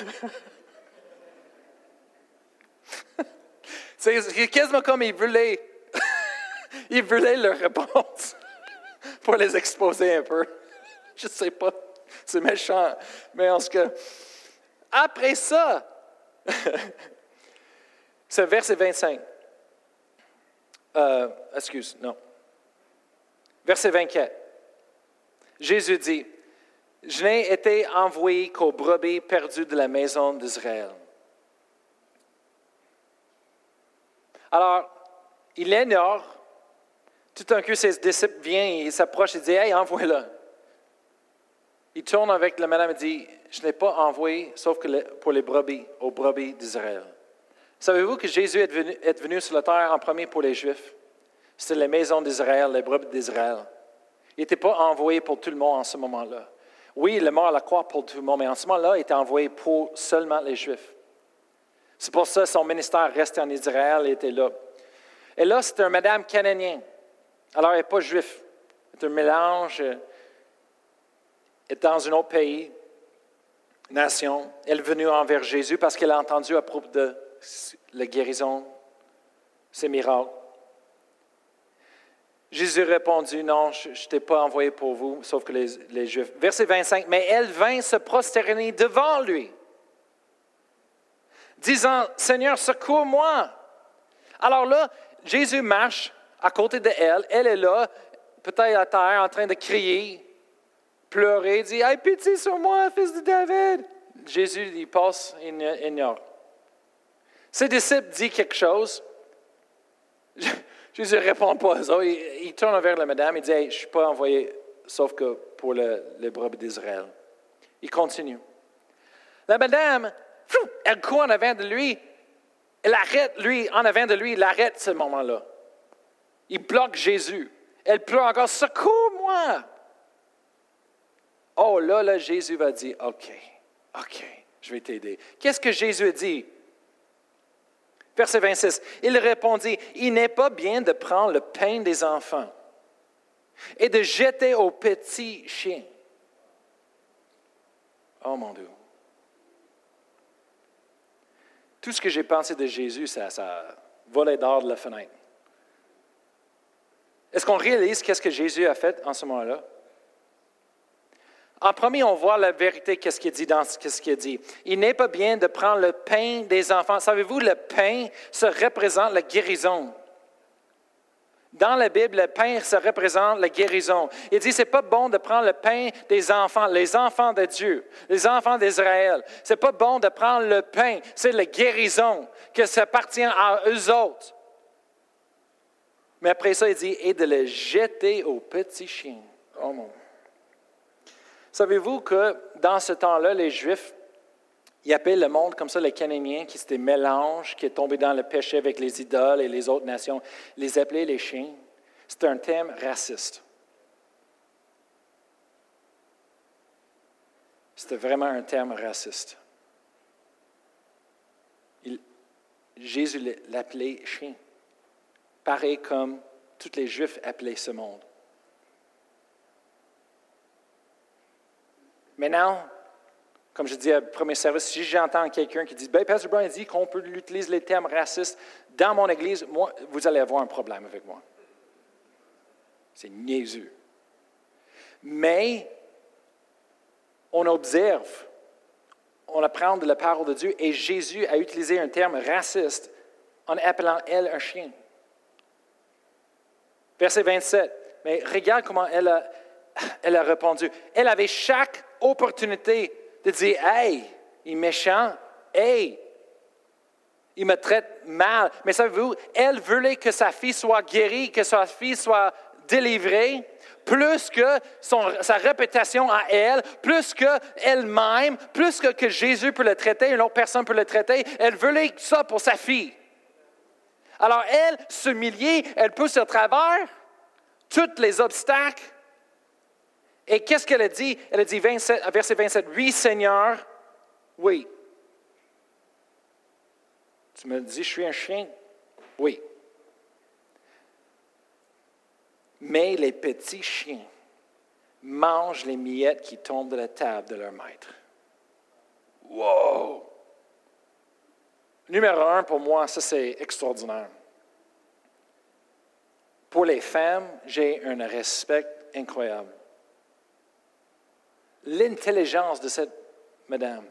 C'est quasiment comme il voulait, il voulait leur réponse pour les exposer un peu. Je ne sais pas, c'est méchant. Mais en tout cas, après ça, c'est verset vingt-cinq. Euh, excuse, non. Verset vingt-quatre. Jésus dit, « Je n'ai été envoyé qu'aux brebis perdues de la maison d'Israël. » Alors, il l'ignore. Tout d'un coup, ses disciples viennent, ils s'approchent et disent, « Hey, envoie-la. » Il tourne avec la madame et dit, « Je n'ai pas envoyé, sauf que pour les brebis, aux brebis d'Israël. » Savez-vous que Jésus est venu, est venu sur la terre en premier pour les Juifs? C'était les maisons d'Israël, les brebis d'Israël. Il n'était pas envoyé pour tout le monde en ce moment-là. Oui, il est mort à la croix pour tout le monde, mais en ce moment-là, il était envoyé pour seulement les Juifs. C'est pour ça que son ministère restait en Israël et était là. Et là, c'était une madame cananéenne. Alors, elle n'est pas juif. C'est un mélange. Elle est dans un autre pays, nation. Elle est venue envers Jésus parce qu'elle a entendu à propos de la guérison, ses miracles. Jésus répondit, non, je ne t'ai pas envoyé pour vous, sauf que les, les Juifs. Verset vingt-cinq, mais elle vint se prosterner devant lui, disant, Seigneur, secours-moi. Alors là, Jésus marche à côté d'elle, elle est là, peut-être à terre, en train de crier, pleurer, dit, aie pitié sur moi, fils de David. Jésus, il passe, il ignore. Ses disciples disent quelque chose. Jésus ne répond pas à ça. Il, il tourne vers la madame et dit, hey, je ne suis pas envoyé, sauf que pour le, les brebis d'Israël. Il continue. La madame, elle court en avant de lui. Elle arrête, lui, en avant de lui, il arrête ce moment-là. Il bloque Jésus. Elle pleure encore, secours-moi! Oh là, là, Jésus va dire, OK, OK, je vais t'aider. Qu'est-ce que Jésus a dit? Verset vingt-six, il répondit, il n'est pas bien de prendre le pain des enfants et de jeter aux petits chiens. Oh mon Dieu. Tout ce que j'ai pensé de Jésus, ça, ça volait dehors de la fenêtre. Est-ce qu'on réalise qu'est-ce que Jésus a fait en ce moment-là? En premier, on voit la vérité, qu'est-ce qu'il dit dans ce qu'il dit. Il n'est pas bien de prendre le pain des enfants. Savez-vous, le pain, ça représente la guérison. Dans la Bible, le pain, ça représente la guérison. Il dit, c'est pas bon de prendre le pain des enfants, les enfants de Dieu, les enfants d'Israël. C'est pas bon de prendre le pain, c'est la guérison, que ça appartient à eux autres. Mais après ça, il dit, et de le jeter aux petits chiens. Oh mon. Savez-vous que dans ce temps-là, les Juifs, ils appelaient le monde comme ça, les Cananéens, qui étaient mélanges, qui est tombé dans le péché avec les idoles et les autres nations, ils les appelaient les chiens. C'est un thème raciste. C'était vraiment un terme raciste. Il, Jésus l'appelait chien. Pareil comme tous les Juifs appelaient ce monde. Maintenant, comme je dis au premier service, si j'entends quelqu'un qui dit ben, « Pastor Brian dit qu'on peut utiliser les termes racistes dans mon église, moi, vous allez avoir un problème avec moi. » C'est niaiseux. Mais, on observe, on apprend de la parole de Dieu, et Jésus a utilisé un terme raciste en appelant elle un chien. Verset vingt-sept, mais regarde comment elle a, elle a répondu. Elle avait chaque opportunité de dire « Hey, il est méchant, hey, il me traite mal. » Mais savez-vous, elle voulait que sa fille soit guérie, que sa fille soit délivrée, plus que son, sa réputation à elle, plus qu'elle-même, plus que, que Jésus peut le traiter, une autre personne peut le traiter. Elle voulait ça pour sa fille. Alors elle, s'humilier, elle pousse à travers tous les obstacles. Et qu'est-ce qu'elle a dit? Elle a dit, vingt-sept, verset vingt-sept, « Oui, Seigneur, oui. » Tu me dis, je suis un chien? Oui. Mais les petits chiens mangent les miettes qui tombent de la table de leur maître. Wow! Numéro un, pour moi, ça c'est extraordinaire. Pour les femmes, j'ai un respect incroyable. L'intelligence de cette madame.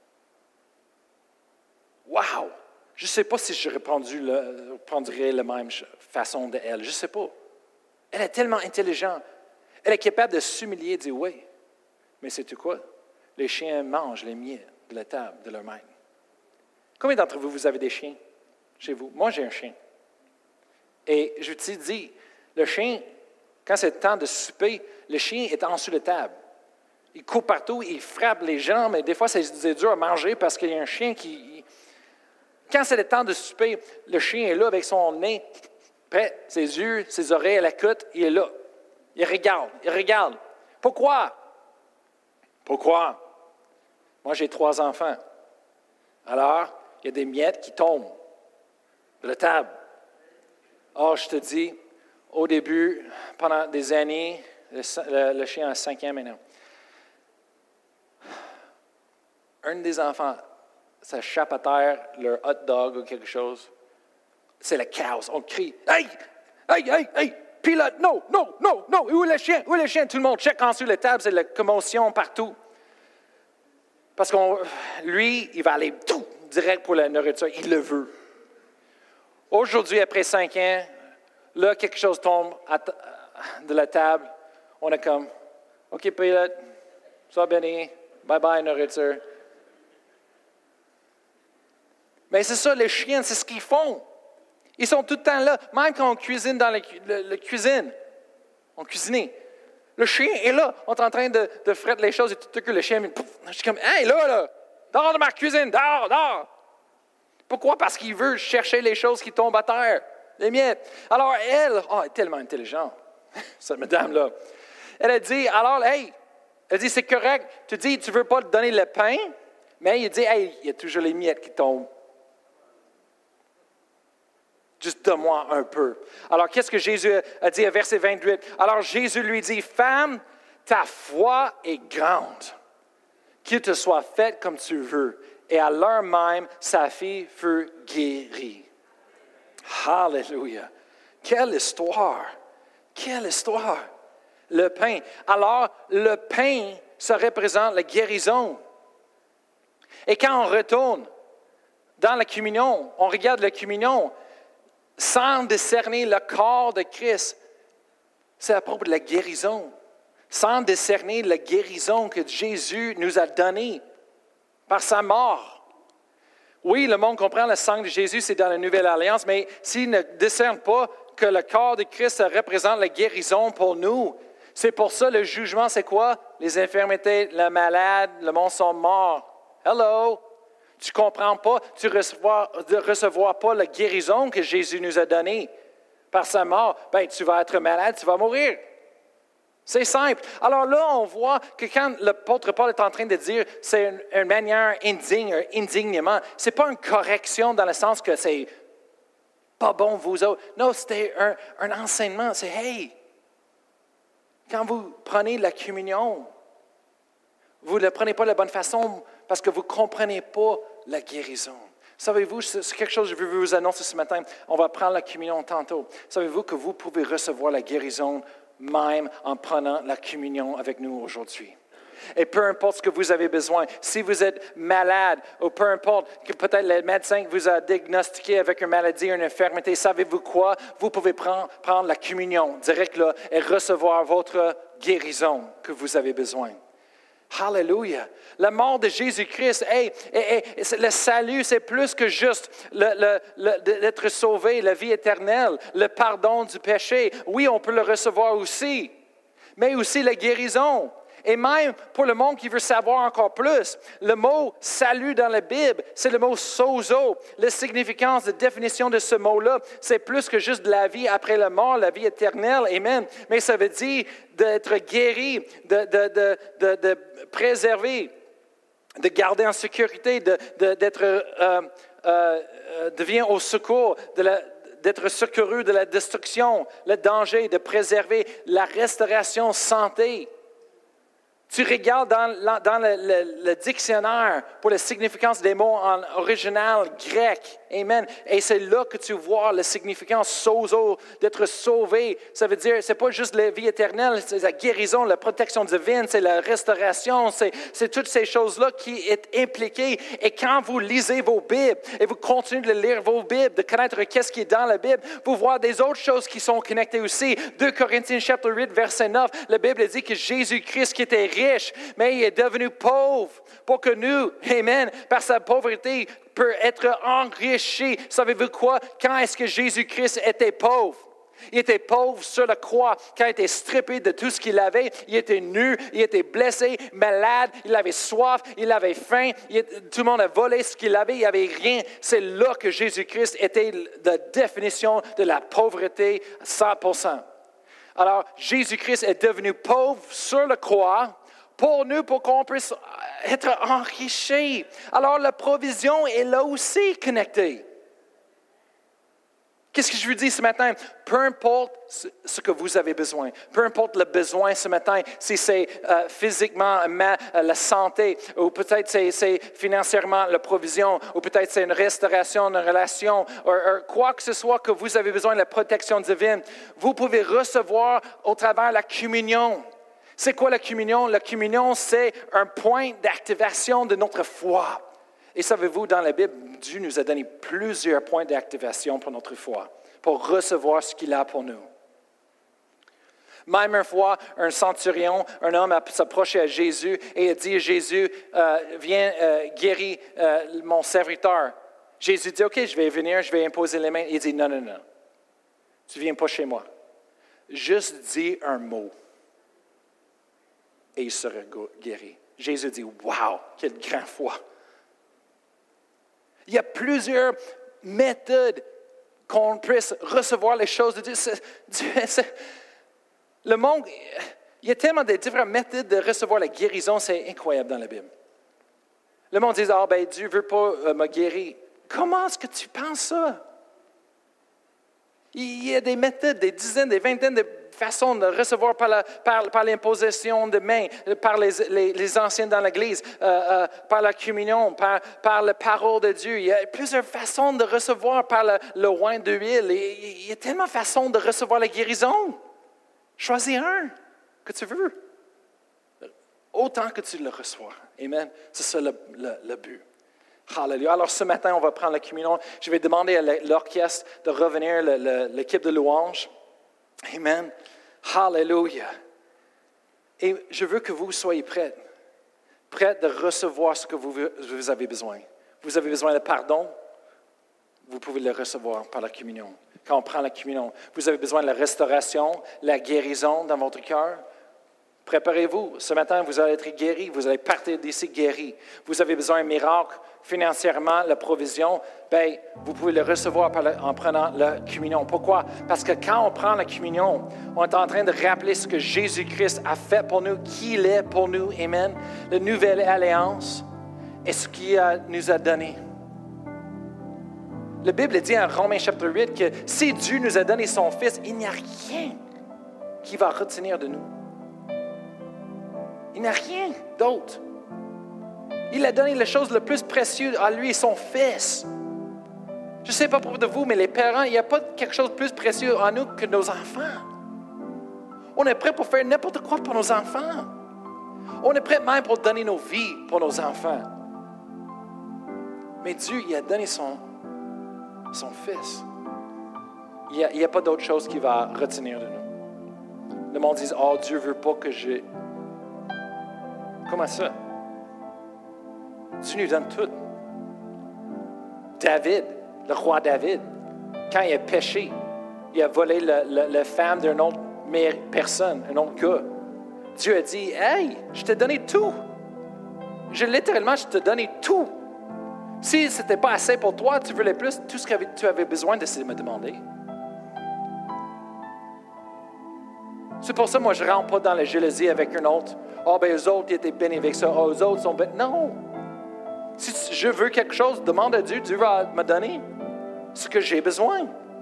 Wow! Je ne sais pas si je répondrais la même façon d'elle. Je ne sais pas. Elle est tellement intelligente. Elle est capable de s'humilier et de dire oui. Mais c'est tout quoi? Les chiens mangent les miettes de la table de leur maître. Combien d'entre vous, vous avez des chiens chez vous? Moi, j'ai un chien. Et je te dis, le chien, quand c'est le temps de souper, le chien est en dessous de la table. Il court partout, il frappe les gens, mais des fois, c'est dur à manger parce qu'il y a un chien qui... Quand c'est le temps de souper, le chien est là avec son nez prêt, ses yeux, ses oreilles à la côte, il est là. Il regarde, il regarde. Pourquoi? Pourquoi? Moi, j'ai trois enfants. Alors, il y a des miettes qui tombent de la table. Or, je te dis, au début, pendant des années, le, le, le chien a cinq ans maintenant. Un des enfants s'échappe à terre, leur hot dog ou quelque chose. C'est le chaos. On crie, « Hey! Hey! Hey! Hey! Pilote! Non! Non! Non! Non! Où est le chien? Où est le chien? » Tout le monde check en dessous de la table, c'est la commotion partout. Parce que lui, il va aller tout direct pour la nourriture. Il le veut. Aujourd'hui, après cinq ans, là, quelque chose tombe à t- de la table. On est comme, « OK, pilote, sois béni. Bye-bye, nourriture. » Mais c'est ça, les chiens, c'est ce qu'ils font. Ils sont tout le temps là. Même quand on cuisine dans la, la, la cuisine, on cuisine. Le chien est là. On est en train de, de fretter les choses et tout à coup, le chien, pouf, je suis comme, hey, là, là, dors de ma cuisine, dors, dors. Pourquoi? Parce qu'il veut chercher les choses qui tombent à terre. les miettes. Alors elle, oh, elle est tellement intelligente, cette madame-là. Elle a dit, alors, hey, elle dit, c'est correct, tu dis, tu ne veux pas te donner le pain, mais il dit, hey, il y a toujours les miettes qui tombent. Juste donne-moi un peu. Alors, qu'est-ce que Jésus a dit à verset vingt-huit? Alors, Jésus lui dit, femme, ta foi est grande. Qu'il te soit fait comme tu veux. Et à l'heure même, sa fille fut guérie. Alléluia. Quelle histoire. Quelle histoire. Le pain. Alors, le pain, ça représente la guérison. Et quand on retourne dans la communion, on regarde la communion, sans discerner le corps de Christ, c'est à propos de la guérison. Sans discerner la guérison que Jésus nous a donnée par sa mort. Oui, le monde comprend le sang de Jésus, c'est dans la Nouvelle Alliance, mais s'il ne discerne pas que le corps de Christ représente la guérison pour nous, c'est pour ça le jugement, c'est quoi? Les infirmités, le malade, le monde sont morts. Hello! Tu ne comprends pas, tu ne recevras, recevras pas la guérison que Jésus nous a donnée par sa mort. Bien, tu vas être malade, tu vas mourir. C'est simple. Alors là, on voit que quand l'apôtre Paul est en train de dire c'est une, une manière indigne, indignement, ce n'est pas une correction dans le sens que c'est pas bon vous autres. Non, c'était un, un enseignement. C'est hey, quand vous prenez la communion, vous ne la prenez pas de la bonne façon parce que vous ne comprenez pas la guérison. Savez-vous, c'est quelque chose que je veux vous annoncer ce matin. On va prendre la communion tantôt. Savez-vous que vous pouvez recevoir la guérison même en prenant la communion avec nous aujourd'hui? Et peu importe ce que vous avez besoin, si vous êtes malade ou peu importe que peut-être le médecin vous a diagnostiqué avec une maladie, une infirmité, savez-vous quoi? Vous pouvez prendre, prendre la communion direct là et recevoir votre guérison que vous avez besoin. Hallelujah. La mort de Jésus-Christ, hey, hey, hey, le salut, c'est plus que juste le, le, le, d'être sauvé, la vie éternelle, le pardon du péché. Oui, on peut le recevoir aussi, mais aussi la guérison. Et même pour le monde qui veut savoir encore plus, le mot « salut » dans la Bible, c'est le mot « sozo ». La significance, la définition de ce mot-là, c'est plus que juste de la vie après la mort, la vie éternelle, amen. Mais ça veut dire d'être guéri, de, de, de, de, de préserver, de garder en sécurité, de, de, d'être, euh, euh, de venir au secours, de la, d'être secouru de la destruction, le danger, de préserver la restauration, santé. Tu regardes dans, dans le, le, le dictionnaire pour la significance des mots en original grec. Amen. Et c'est là que tu vois la significance sozo, d'être sauvé. Ça veut dire, c'est pas juste la vie éternelle, c'est la guérison, la protection divine, c'est la restauration, c'est, c'est toutes ces choses-là qui sont impliquées. Et quand vous lisez vos Bibles et vous continuez de lire vos Bibles, de connaître qu'est-ce qui est dans la Bible, vous voyez des autres choses qui sont connectées aussi. deux Corinthiens chapitre huit, verset neuf, la Bible dit que Jésus-Christ qui était riche, mais il est devenu pauvre pour que nous, amen, par sa pauvreté, peut être enrichi. Savez-vous quoi? Quand est-ce que Jésus-Christ était pauvre? Il était pauvre sur la croix, quand il était strippé de tout ce qu'il avait. Il était nu, il était blessé, malade, il avait soif, il avait faim. Il, tout le monde a volé ce qu'il avait, il n'y avait rien. C'est là que Jésus-Christ était la définition de la pauvreté cent pour cent. Alors, Jésus-Christ est devenu pauvre sur la croix pour nous, pour qu'on puisse être enrichis. Alors, la provision est là aussi connectée. Qu'est-ce que je vous dis ce matin? Peu importe ce que vous avez besoin, peu importe le besoin ce matin, si c'est euh, physiquement ma, euh, la santé, ou peut-être c'est, c'est financièrement la provision, ou peut-être c'est une restauration, une relation, ou, ou quoi que ce soit que vous avez besoin de la protection divine, vous pouvez recevoir au travers la communion. C'est quoi la communion? La communion, c'est un point d'activation de notre foi. Et savez-vous, dans la Bible, Dieu nous a donné plusieurs points d'activation pour notre foi, pour recevoir ce qu'il a pour nous. Même une fois, un centurion, un homme a s'approché à Jésus et a dit à Jésus, euh, viens euh, guérir euh, mon serviteur. Jésus dit, OK, je vais venir, je vais imposer les mains. Il dit, non, non, non, tu ne viens pas chez moi. Juste dis un mot. Et il sera guéri. Jésus dit, wow, quelle grande foi. Il y a plusieurs méthodes qu'on puisse recevoir les choses de Dieu. C'est, Dieu c'est, le monde, il y a tellement de différentes méthodes de recevoir la guérison, c'est incroyable dans la Bible. Le monde dit, ah oh, ben Dieu ne veut pas euh, me guérir. Comment est-ce que tu penses ça? Il y a des méthodes, des dizaines, des vingtaines de façons de recevoir par, la, par, par l'imposition de mains, par les, les, les anciens dans l'Église, euh, euh, par la communion, par, par la parole de Dieu. Il y a plusieurs façons de recevoir par le, le oint d'huile. Il y a tellement de façons de recevoir la guérison. Choisis un que tu veux. Autant que tu le reçois. Amen. C'est ça le, le, le but. Hallelujah. Alors ce matin, on va prendre la communion. Je vais demander à l'orchestre de revenir, le, le, l'équipe de louange. Amen. Hallelujah. Et je veux que vous soyez prêts. Prêts de recevoir ce que vous, vous avez besoin. Vous avez besoin de pardon. Vous pouvez le recevoir par la communion. Quand on prend la communion, vous avez besoin de la restauration, la guérison dans votre cœur. Préparez-vous. Ce matin, vous allez être guéris. Vous allez partir d'ici guéris. Vous avez besoin d'un miracle financièrement, la provision. Bien, vous pouvez le recevoir par la, en prenant la communion. Pourquoi? Parce que quand on prend la communion, on est en train de rappeler ce que Jésus-Christ a fait pour nous, qui il est pour nous. Amen. La nouvelle alliance et ce qu'il a, nous a donné. La Bible dit en Romains chapitre huit que si Dieu nous a donné son Fils, il n'y a rien qui va retenir de nous. Il n'y a rien d'autre. Il a donné la chose la plus précieuse à lui, son Fils. Je ne sais pas pour de vous, mais les parents, il n'y a pas quelque chose de plus précieux en nous que nos enfants. On est prêt pour faire n'importe quoi pour nos enfants. On est prêt même pour donner nos vies pour nos enfants. Mais Dieu, il a donné son, son Fils. Il n'y a, il y a pas d'autre chose qui va retenir de nous. Le monde dit, oh, Dieu ne veut pas que je... Comment ça? Dieu nous donne tout. David, le roi David, quand il a péché, il a volé le, le, la femme d'une autre personne, un autre gars. Dieu a dit, hey, je t'ai donné tout. Je, littéralement, je t'ai donné tout. Si ce n'était pas assez pour toi, tu voulais plus, tout ce que tu avais besoin de, c'est de me demander. C'est pour ça que moi, je ne rentre pas dans la jalousie avec un autre. Ah, oh, ben eux autres, ils étaient bénis avec ça. Ah, oh, eux autres sont bénis. Non. Si je veux quelque chose, demande à Dieu. Dieu va me donner ce que j'ai besoin.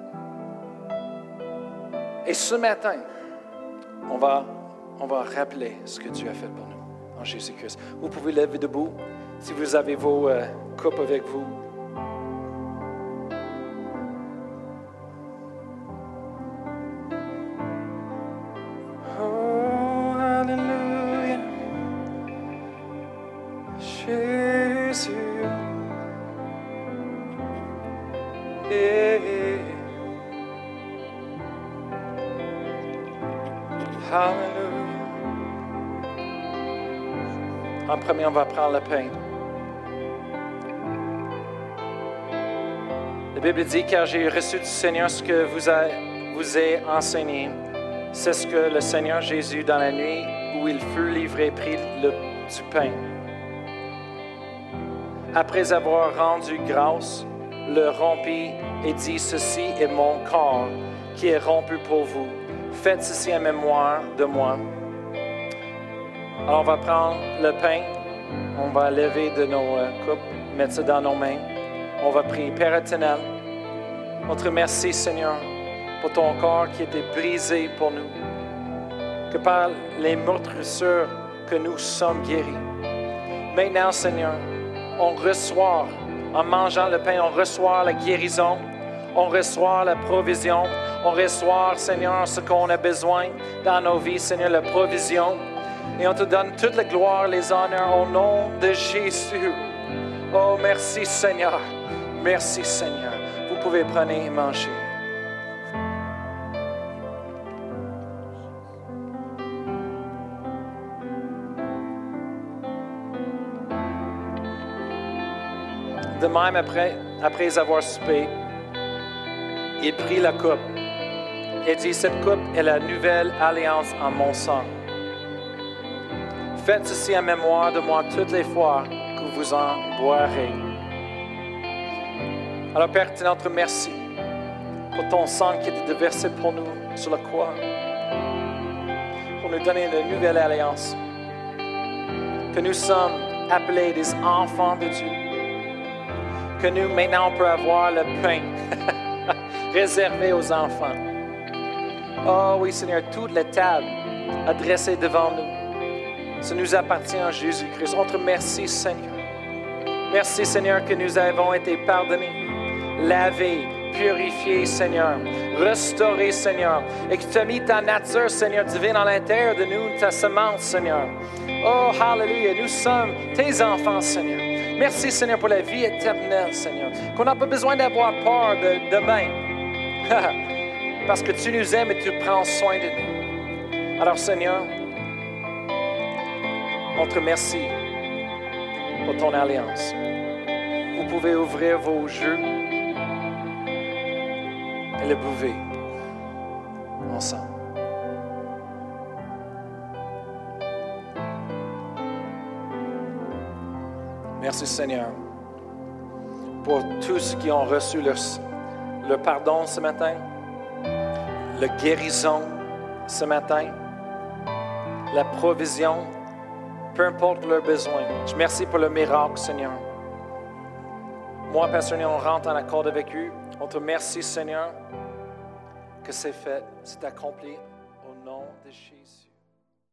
Et ce matin, on va, on va rappeler ce que Dieu a fait pour nous en Jésus-Christ. Vous pouvez lever debout si vous avez vos euh, coupes avec vous. En premier, on va prendre le pain. La Bible dit, car j'ai reçu du Seigneur ce que vous, a, vous ai enseigné. C'est ce que le Seigneur Jésus, dans la nuit où il fut livré, prit le, du pain. Après avoir rendu grâce, le rompit et dit, ceci est mon corps qui est rompu pour vous. Faites ceci en mémoire de moi. Alors, on va prendre le pain, on va lever de nos euh, coupes, mettre ça dans nos mains. On va prier. Père éternel, on te remercie, Seigneur, pour ton corps qui était brisé pour nous. Que par les meurtrissures que nous sommes guéris. Maintenant, Seigneur, on reçoit, en mangeant le pain, on reçoit la guérison, on reçoit la provision, on reçoit, Seigneur, ce qu'on a besoin dans nos vies, Seigneur, la provision. Et on te donne toute la gloire, les honneurs au nom de Jésus. Oh, merci Seigneur. Merci Seigneur. Vous pouvez prendre et manger. De même, après, après avoir soupé, il prit la coupe et dit, cette coupe est la nouvelle alliance en mon sang. Faites ceci en mémoire de moi toutes les fois que vous en boirez. Alors, Père, te notre merci pour ton sang qui était déversé pour nous sur la croix, pour nous donner une nouvelle alliance, que nous sommes appelés des enfants de Dieu, que nous, maintenant, on peut avoir le pain réservé aux enfants. Oh oui, Seigneur, toute la table adressée devant nous, ça nous appartient en Jésus-Christ. On te remercie, Seigneur. Merci, Seigneur, que nous avons été pardonnés, lavés, purifiés, Seigneur, restaurés, Seigneur, et que tu as mis ta nature, Seigneur, divine à l'intérieur de nous, ta semence, Seigneur. Oh, hallelujah, nous sommes tes enfants, Seigneur. Merci, Seigneur, pour la vie éternelle, Seigneur, qu'on n'a pas besoin d'avoir peur de demain, parce que tu nous aimes et tu prends soin de nous. Alors, Seigneur, on te remercie pour ton alliance. Vous pouvez ouvrir vos jeux et le bouver ensemble. Merci Seigneur pour tous ceux qui ont reçu le, le pardon ce matin, la guérison ce matin, la provision, peu importe leurs besoins. Je remercie pour le miracle, Seigneur. Moi, personnellement, on rentre en accord avec eux. On te remercie, Seigneur, que c'est fait, c'est accompli au nom de Jésus.